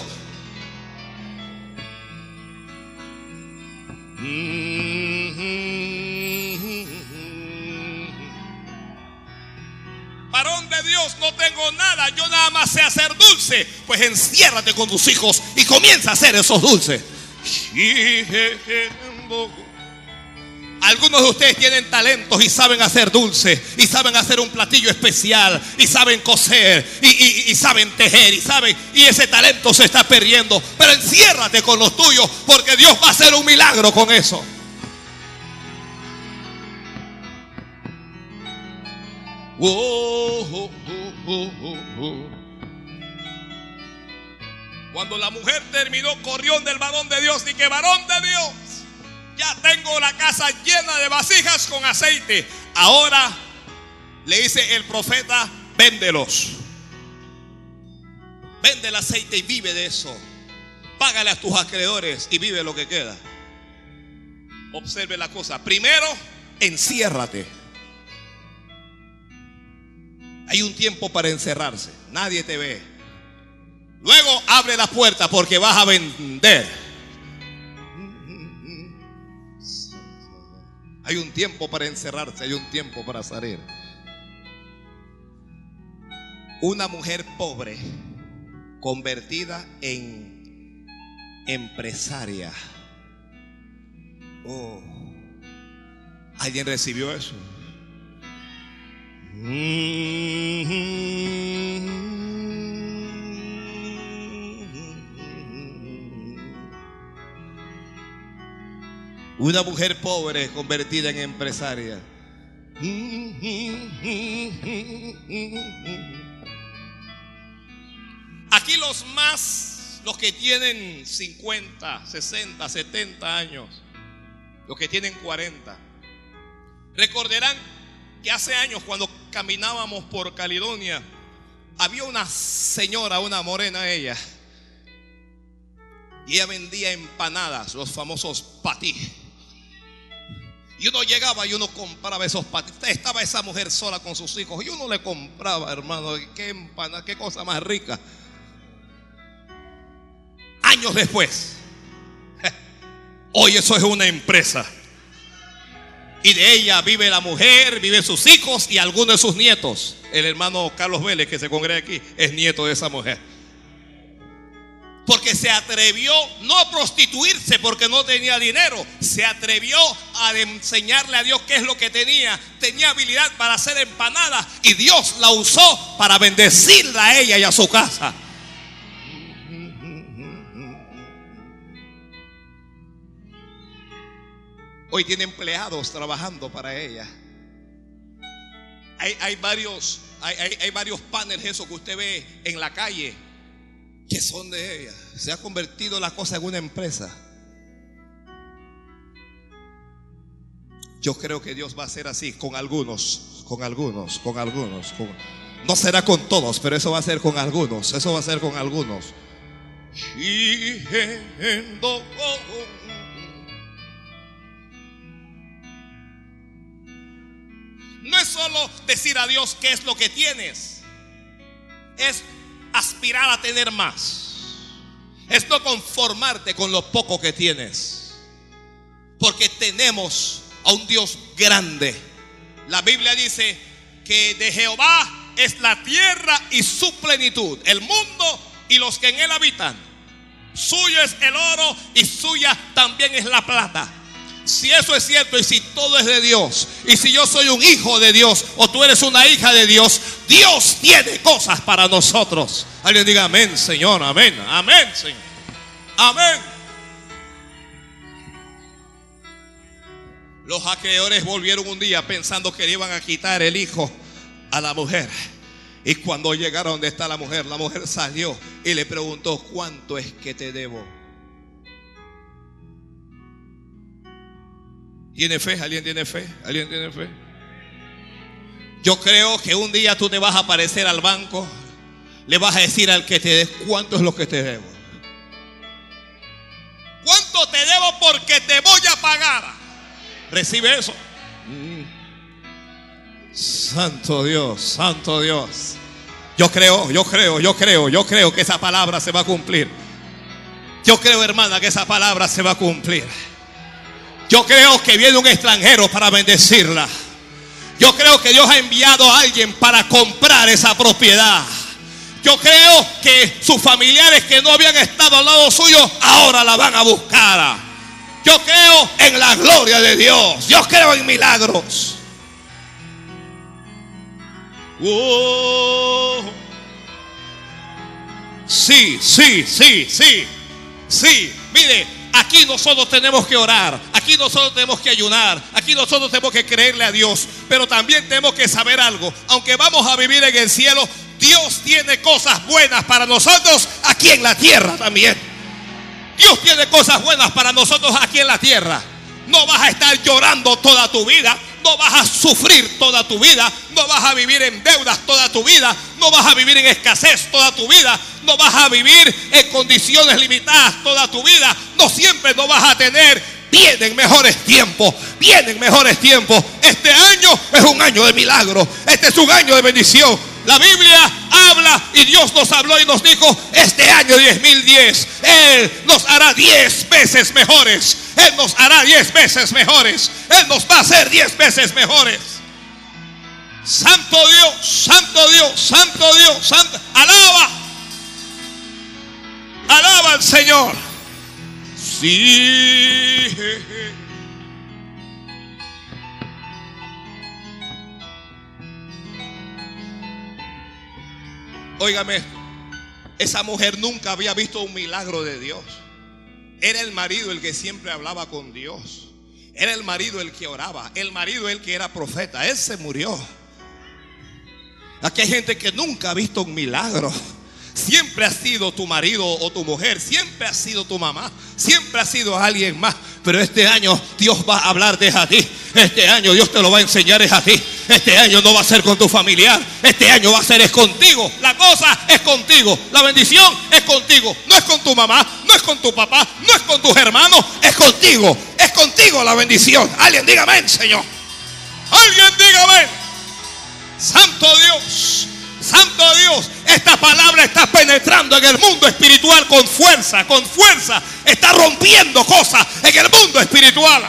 Varón de Dios, no tengo nada, yo nada más sé hacer dulce. Pues enciérrate con tus hijos y comienza a hacer esos dulces. Algunos de ustedes tienen talentos y saben hacer dulce, y saben hacer un platillo especial, y saben coser, y saben tejer, y ese talento se está perdiendo. Pero enciérrate con los tuyos, porque Dios va a hacer un milagro con eso. Cuando la mujer terminó, corrió del varón de Dios y que varón de Dios, ya tengo la casa llena de vasijas con aceite. Ahora le dice el profeta: véndelos. Vende el aceite y vive de eso. Págale a tus acreedores y vive lo que queda. Observe la cosa. Primero, enciérrate. Hay un tiempo para encerrarse. Nadie te ve. Luego abre la puerta porque vas a vender. Hay un tiempo para encerrarse, hay un tiempo para salir. Una mujer pobre convertida en empresaria. Oh, ¿alguien recibió eso? Una mujer pobre convertida en empresaria. Aquí los que tienen 50, 60, 70 años, los que tienen 40, recordarán que hace años cuando caminábamos por Caledonia, había una señora, una morena ella, y ella vendía empanadas, los famosos patís. Y uno llegaba y uno compraba esos patís. Estaba esa mujer sola con sus hijos y uno le compraba, hermano. Qué empanada, qué cosa más rica. Años después, hoy eso es una empresa. Y de ella vive la mujer, viven sus hijos y algunos de sus nietos. El hermano Carlos Vélez, que se congrega aquí, es nieto de esa mujer. Porque se atrevió no a prostituirse porque no tenía dinero. Se atrevió a enseñarle a Dios qué es lo que tenía. Tenía habilidad para hacer empanadas y Dios la usó para bendecirla a ella y a su casa. Hoy tiene empleados trabajando para ella. Hay varios paneles, eso que usted ve en la calle, que son de ella. Se ha convertido la cosa en una empresa. Yo creo que Dios va a ser así con algunos. No será con todos, pero eso va a ser con algunos. Eso va a ser con algunos. No es solo decir a Dios qué es lo que tienes, es aspirar a tener más. Es no conformarte con lo poco que tienes, porque tenemos a un Dios grande. La Biblia dice que de Jehová es la tierra y su plenitud, el mundo y los que en él habitan. Suyo es el oro y suya también es la plata. Si eso es cierto y si todo es de Dios, y si yo soy un hijo de Dios o tú eres una hija de Dios, Dios tiene cosas para nosotros. Alguien diga amén, Señor, amén, amén, Señor, amén. Los acreedores volvieron un día pensando que le iban a quitar el hijo a la mujer. Y cuando llegaron donde está la mujer salió y le preguntó: ¿cuánto es que te debo? ¿Tiene fe? ¿Alguien tiene fe? ¿Alguien tiene fe? Yo creo que un día tú te vas a aparecer al banco, le vas a decir al que te des: ¿cuánto es lo que te debo? ¿Cuánto te debo? Porque te voy a pagar. ¿Recibe eso? Santo Dios, santo Dios. Yo creo que esa palabra se va a cumplir. Yo creo, hermana, que esa palabra se va a cumplir. Yo creo que viene un extranjero para bendecirla. Yo creo que Dios ha enviado a alguien para comprar esa propiedad. Yo creo que sus familiares que no habían estado al lado suyo ahora la van a buscar. Yo creo en la gloria de Dios. Yo creo en milagros. Sí. Mire, aquí nosotros tenemos que orar, aquí nosotros tenemos que ayunar, aquí nosotros tenemos que creerle a Dios. Pero también tenemos que saber algo: aunque vamos a vivir en el cielo, Dios tiene cosas buenas para nosotros aquí en la tierra también. Dios tiene cosas buenas para nosotros aquí en la tierra. No vas a estar llorando toda tu vida, no vas a sufrir toda tu vida, no vas a vivir en deudas toda tu vida, no vas a vivir en escasez toda tu vida, no vas a vivir en condiciones limitadas toda tu vida. No siempre no vas a tener. Vienen mejores tiempos, vienen mejores tiempos. Este año es un año de milagro, este es un año de bendición. La Biblia habla y Dios nos habló y nos dijo: este año 2010 Él nos hará 10 veces mejores. Él nos hará 10 veces mejores. Él nos va a hacer 10 veces mejores. Santo Dios, santo Dios, santo Dios, santo. Alaba, alaba al Señor. Sí. Óigame, esa mujer nunca había visto un milagro de Dios. Era el marido el que siempre hablaba con Dios. Era el marido el que oraba. El marido el que era profeta. Él se murió. Aquí hay gente que nunca ha visto un milagro. Siempre ha sido tu marido o tu mujer, siempre ha sido tu mamá, siempre ha sido alguien más. Pero este año Dios va a hablarte a ti. Este año Dios te lo va a enseñar es a ti. Este año no va a ser con tu familiar. Este año va a ser es contigo. La cosa es contigo. La bendición es contigo. No es con tu mamá, no es con tu papá, no es con tus hermanos. Es contigo. Es contigo la bendición. Alguien diga amén, Señor. Alguien diga amén. Santo Dios, santo Dios. Esta palabra está penetrando en el mundo espiritual con fuerza, con fuerza. Está rompiendo cosas en el mundo espiritual.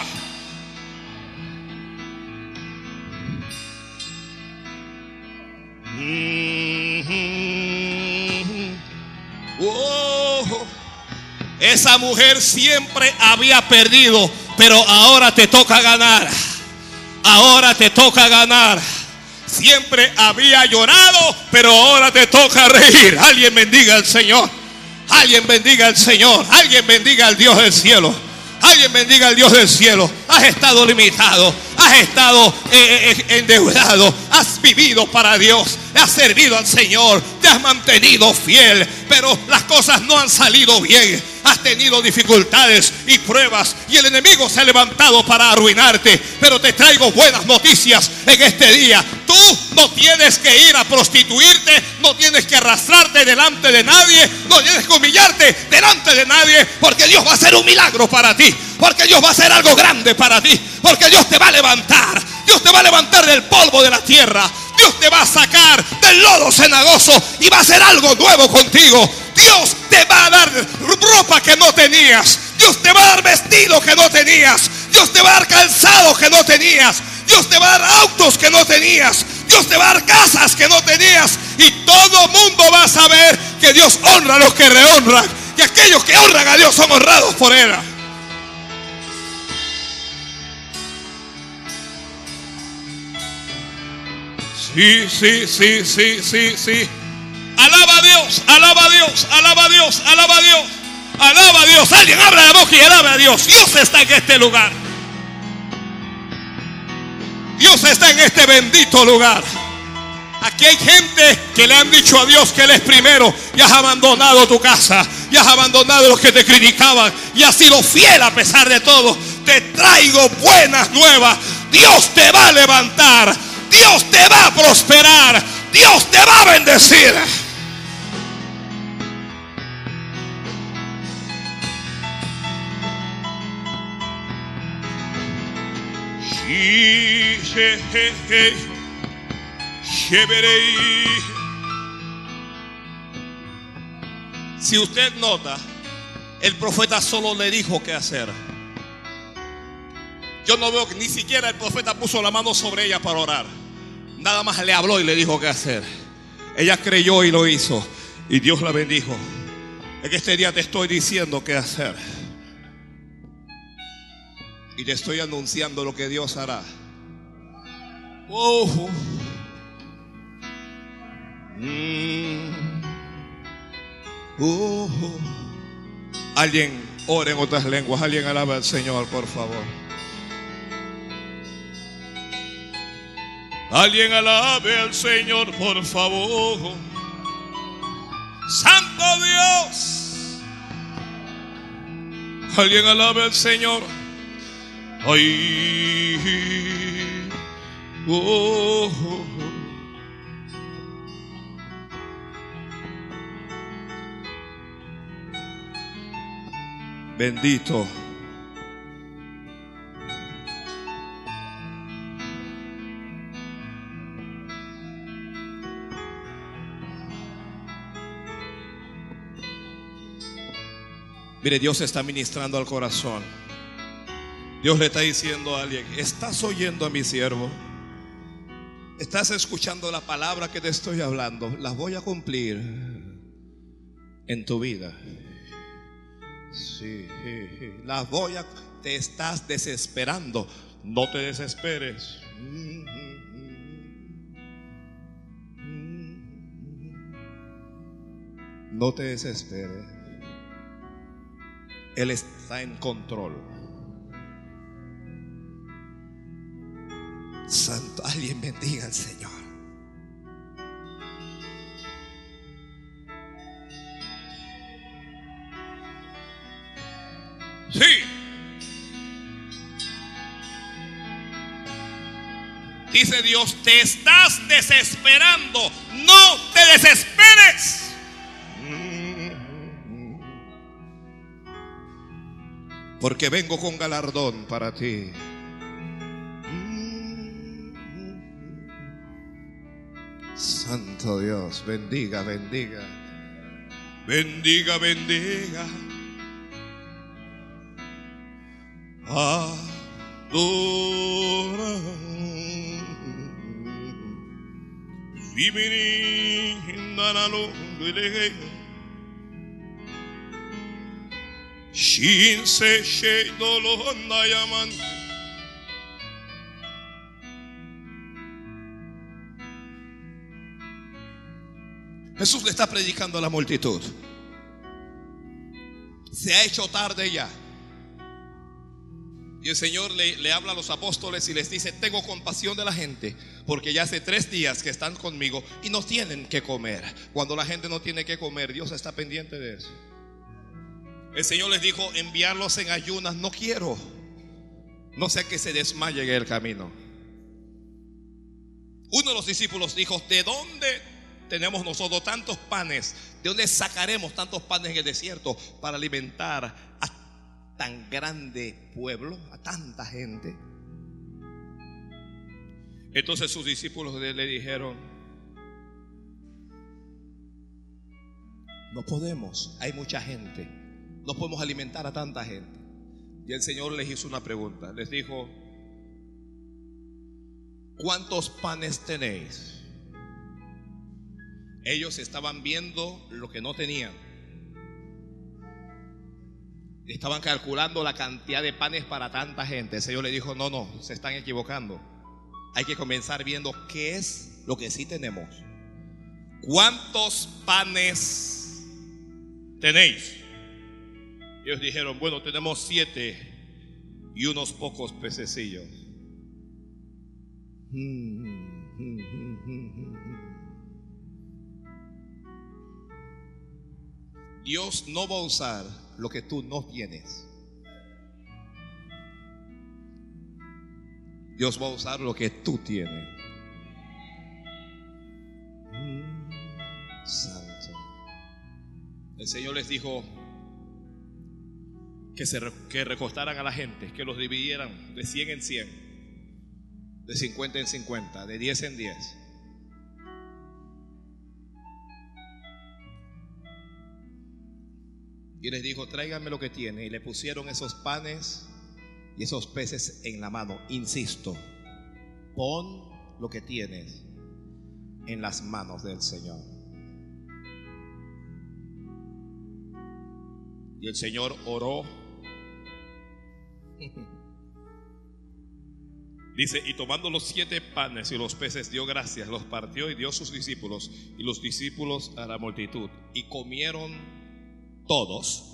Esa mujer siempre había perdido, pero ahora te toca ganar. Ahora te toca ganar. Siempre había llorado, pero ahora te toca reír. Alguien bendiga al Señor. Alguien bendiga al Señor. Alguien bendiga al Dios del cielo. Alguien bendiga al Dios del cielo. Has estado limitado, has estado endeudado, has vivido para Dios, has servido al Señor, te has mantenido fiel, pero las cosas no han salido bien. Has tenido dificultades y pruebas y el enemigo se ha levantado para arruinarte. Pero te traigo buenas noticias en este día. Tú no tienes que ir a prostituirte, no tienes que arrastrarte delante de nadie, no tienes que humillarte delante de nadie, porque Dios va a hacer un milagro para ti, porque Dios va a hacer algo grande para ti, porque Dios te va a levantar. Dios te va a levantar del polvo de la tierra. Dios te va a sacar del lodo cenagoso y va a hacer algo nuevo contigo. Dios te va a dar ropa que no tenías. Dios te va a dar vestido que no tenías. Dios te va a dar calzado que no tenías. Dios te va a dar autos que no tenías. Dios te va a dar casas que no tenías. Y todo mundo va a saber que Dios honra a los que rehonran. Y aquellos que honran a Dios son honrados por Él. Sí. Alaba a Dios, alaba a Dios, alaba a Dios, alaba a Dios, alaba a Dios. Alguien abra la boca y alaba a Dios. Dios está en este lugar. Dios está en este bendito lugar. Aquí hay gente que le han dicho a Dios que Él es primero y has abandonado tu casa y has abandonado a los que te criticaban y has sido fiel a pesar de todo. Te traigo buenas nuevas. Dios te va a levantar. Dios te va a prosperar. Dios te va a bendecir. Si usted nota, el profeta solo le dijo qué hacer. Yo no veo que ni siquiera el profeta puso la mano sobre ella para orar. Nada más le habló y le dijo qué hacer. Ella creyó y lo hizo. Y Dios la bendijo. En este día te estoy diciendo qué hacer. Y te estoy anunciando lo que Dios hará. Oh. Alguien ora en otras lenguas. Alguien alaba al Señor, por favor. Alguien alabe al Señor, por favor. Santo Dios. Alguien alabe al Señor. Ay. Oh. Bendito. Mire, Dios está ministrando al corazón. Dios le está diciendo a alguien: ¿estás oyendo a mi siervo? ¿Estás escuchando la palabra que te estoy hablando? Las voy a cumplir en tu vida. Sí, las voy a... Te estás desesperando. No te desesperes. No te desesperes. Él está en control. Santo, alguien bendiga al Señor. Sí. Dice Dios: te estás desesperando. No te desesperes. Porque vengo con galardón para ti. Santo Dios, bendiga, bendiga. Bendiga, bendiga. Adora. Shinse Sheidolo Nayaman. Jesús le está predicando a la multitud. Se ha hecho tarde ya. Y el Señor le habla a los apóstoles y les dice: tengo compasión de la gente, porque ya hace 3 días que están conmigo y no tienen que comer. Cuando la gente no tiene que comer, Dios está pendiente de eso. El Señor les dijo: enviarlos en ayunas no quiero, no sea que se desmayen en el camino. Uno de los discípulos dijo: ¿de dónde tenemos nosotros tantos panes? ¿De dónde sacaremos tantos panes en el desierto para alimentar a tan grande pueblo, a tanta gente? Entonces sus discípulos le dijeron: no podemos, hay mucha gente, no podemos alimentar a tanta gente. Y el Señor les hizo una pregunta. Les dijo: ¿cuántos panes tenéis? Ellos estaban viendo lo que no tenían. Estaban calculando la cantidad de panes para tanta gente. El Señor le dijo: no, se están equivocando. Hay que comenzar viendo qué es lo que sí tenemos. ¿Cuántos panes tenéis? Ellos dijeron: bueno, tenemos 7 y unos pocos pececillos. Dios no va a usar lo que tú no tienes. Dios va a usar lo que tú tienes. Santo. El Señor les dijo que recostaran a la gente, que los dividieran de 100 en 100, de 50 en 50, de 10 en 10. Y les dijo: tráiganme lo que tiene. Y le pusieron esos panes y esos peces en la mano. Insisto, pon lo que tienes en las manos del Señor. Y el Señor oró. Dice, y tomando los 7 panes y los peces dio gracias, los partió y dio a sus discípulos, y los discípulos a la multitud, y comieron todos,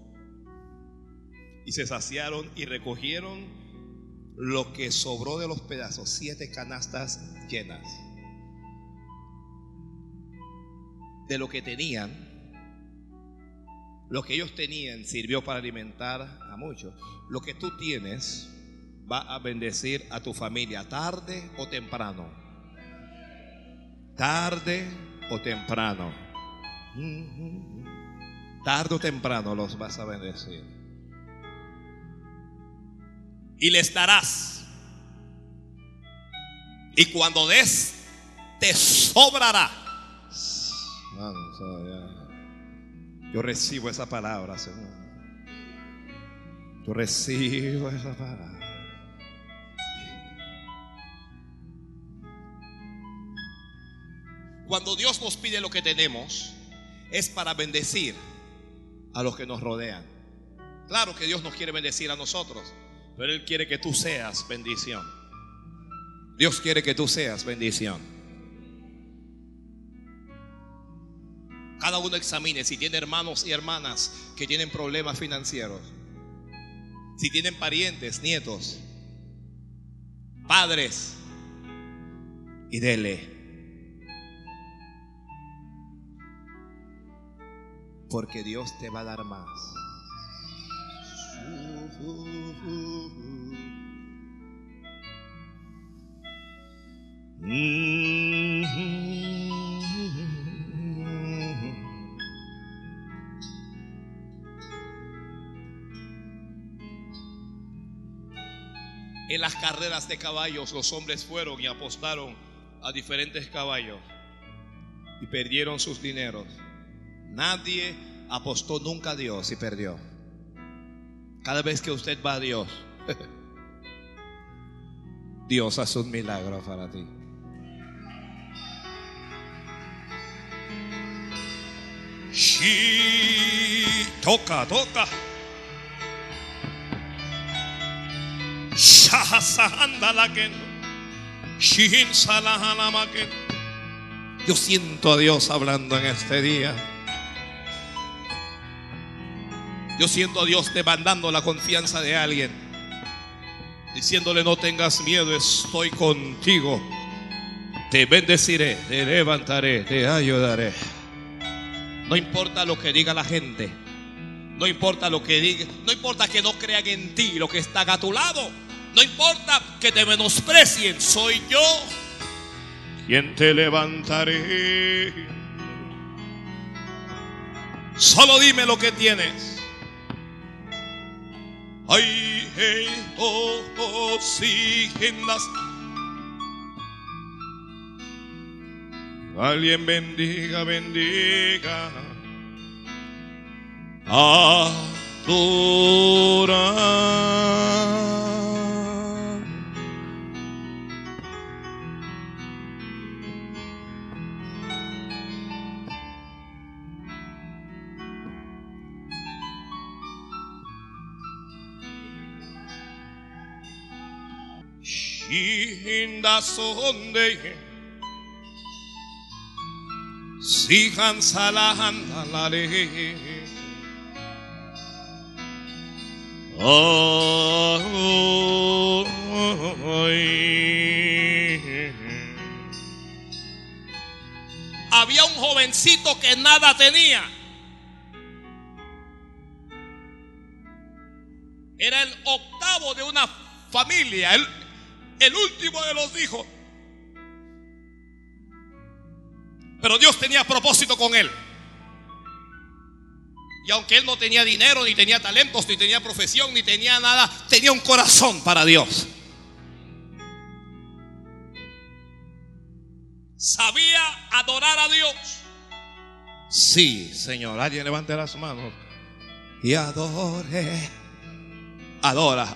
y se saciaron y recogieron lo que sobró de los pedazos, 7 canastas llenas. De lo que tenían, lo que ellos tenían sirvió para alimentar a muchos. Lo que tú tienes va a bendecir a tu familia tarde o temprano. Tarde o temprano. Tarde o temprano los vas a bendecir. Y les darás. Y cuando des, te sobrará. Yo recibo esa palabra, Señor. Yo recibo esa palabra. Cuando Dios nos pide lo que tenemos, es para bendecir a los que nos rodean. Claro que Dios nos quiere bendecir a nosotros, pero Él quiere que tú seas bendición. Dios quiere que tú seas bendición. Cada uno examine si tiene hermanos y hermanas que tienen problemas financieros, si tienen parientes, nietos, padres, y dele. Porque Dios te va a dar más. En las carreras de caballos los hombres fueron y apostaron a diferentes caballos y perdieron sus dineros. Nadie apostó nunca a Dios y perdió. Cada vez que usted va a Dios, Dios hace un milagro para ti. Sí, toca. Yo siento a Dios hablando en este día. Yo siento a Dios demandando la confianza de alguien, diciéndole: no tengas miedo, estoy contigo. Te bendeciré, te levantaré, te ayudaré. No importa lo que diga la gente, no importa lo que diga, no importa que no crean en ti lo que está a tu lado, no importa que te menosprecien, soy yo quien te levantaré. Solo dime lo que tienes. Ay, hey, oh, sí, gendas. Alguien bendiga. Adora. Shinda sonde. Sigan salahanda Había un jovencito que nada tenía. Era el octavo de una familia, el último de los hijos. Pero Dios tenía propósito con él. Y aunque él no tenía dinero, ni tenía talentos, ni tenía profesión, ni tenía nada, tenía un corazón para Dios. Sabía adorar a Dios. Sí, Señor. Alguien levante las manos y adore. Adora.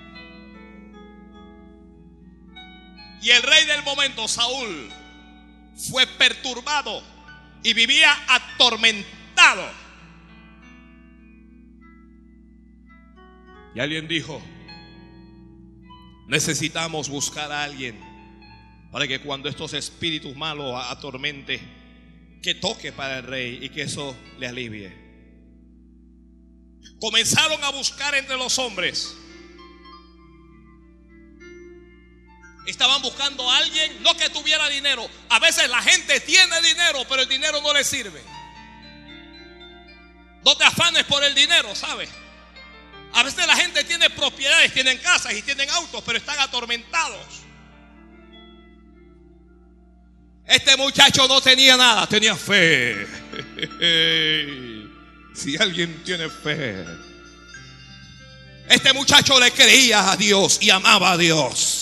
Y el rey del momento, Saúl, fue perturbado y vivía atormentado. Y alguien dijo: necesitamos buscar a alguien para que cuando estos espíritus malos atormente, que toque para el rey y que eso le alivie. Comenzaron a buscar entre los hombres. Estaban buscando a alguien, no que tuviera dinero. A veces la gente tiene dinero, pero el dinero no le sirve. No te afanes por el dinero, ¿sabes? A veces la gente tiene propiedades, tienen casas y tienen autos, pero están atormentados. Este muchacho no tenía nada, tenía fe. Si alguien tiene fe. Este muchacho le creía a Dios y amaba a Dios.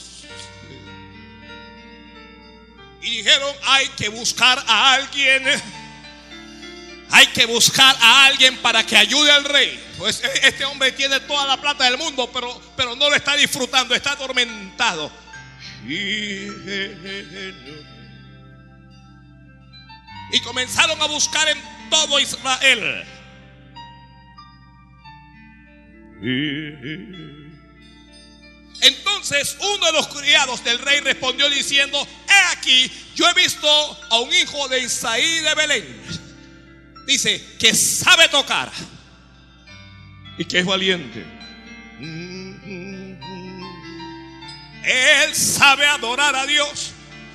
Y dijeron: hay que buscar a alguien. Hay que buscar a alguien para que ayude al rey. Pues este hombre tiene toda la plata del mundo, pero no lo está disfrutando, está atormentado. Y comenzaron a buscar en todo Israel. Entonces uno de los criados del rey respondió diciendo: he aquí, yo he visto a un hijo de Isaí de Belén, dice, que sabe tocar y que es valiente. Él sabe adorar a Dios.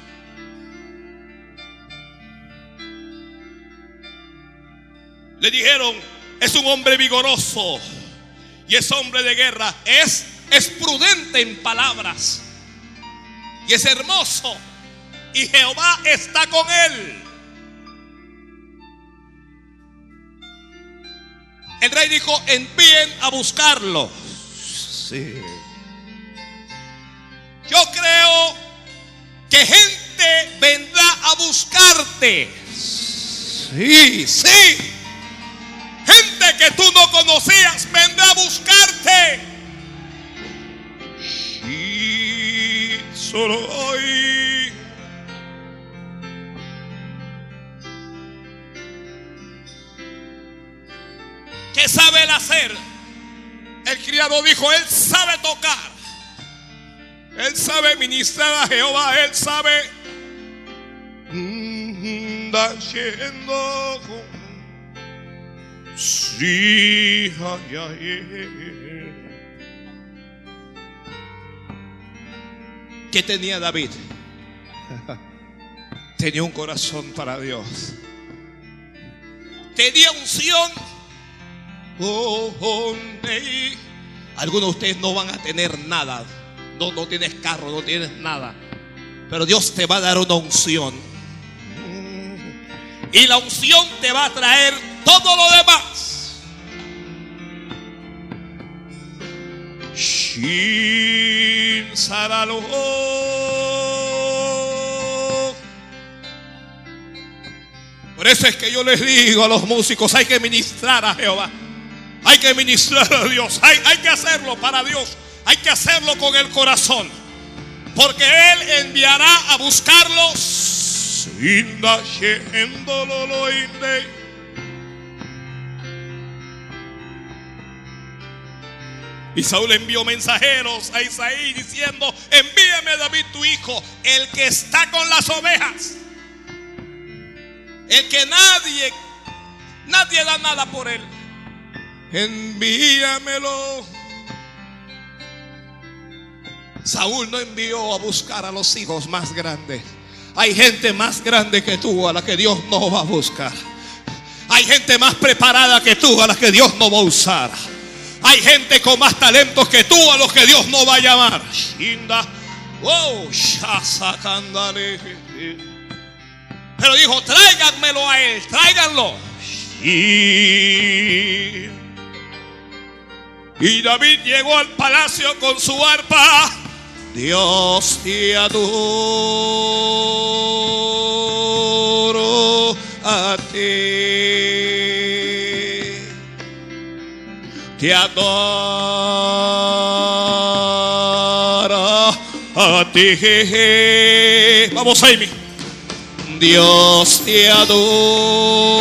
Le dijeron: es un hombre vigoroso y es hombre de guerra. Es prudente en palabras y es hermoso, y Jehová está con él. El rey dijo: envíen a buscarlo. Sí. Yo creo que gente vendrá a buscarte. Sí, sí. Gente que tú no conocías vendrá a buscarte. Y solo hoy. ¿Qué sabe él hacer? El criado dijo: él sabe tocar. Él sabe ministrar a Jehová. Él sabe. Sí, ay, ay. ¿Qué tenía David? Tenía un corazón para Dios. Tenía unción. Algunos de ustedes no van a tener nada. No tienes carro, no tienes nada, pero Dios te va a dar una unción. Y la unción te va a traer todo lo demás. Shin Saralo. Por eso es que yo les digo a los músicos: hay que ministrar a Jehová. Hay que ministrar a Dios. Hay que hacerlo para Dios. Hay que hacerlo con el corazón, porque Él enviará a buscarlos. Y Saúl envió mensajeros a Isaí diciendo: envíame a David tu hijo, el que está con las ovejas, el que nadie da nada por él. Envíamelo. Saúl no envió a buscar a los hijos más grandes. Hay gente más grande que tú a la que Dios no va a buscar. Hay gente más preparada que tú a la que Dios no va a usar. Hay gente con más talentos que tú a los que Dios no va a llamar. Pero dijo: tráiganmelo a él, tráiganlo. Y David llegó al palacio con su arpa. Dios, te adoro a ti. Te adoro a ti. Vamos, Amy. Dios te adora.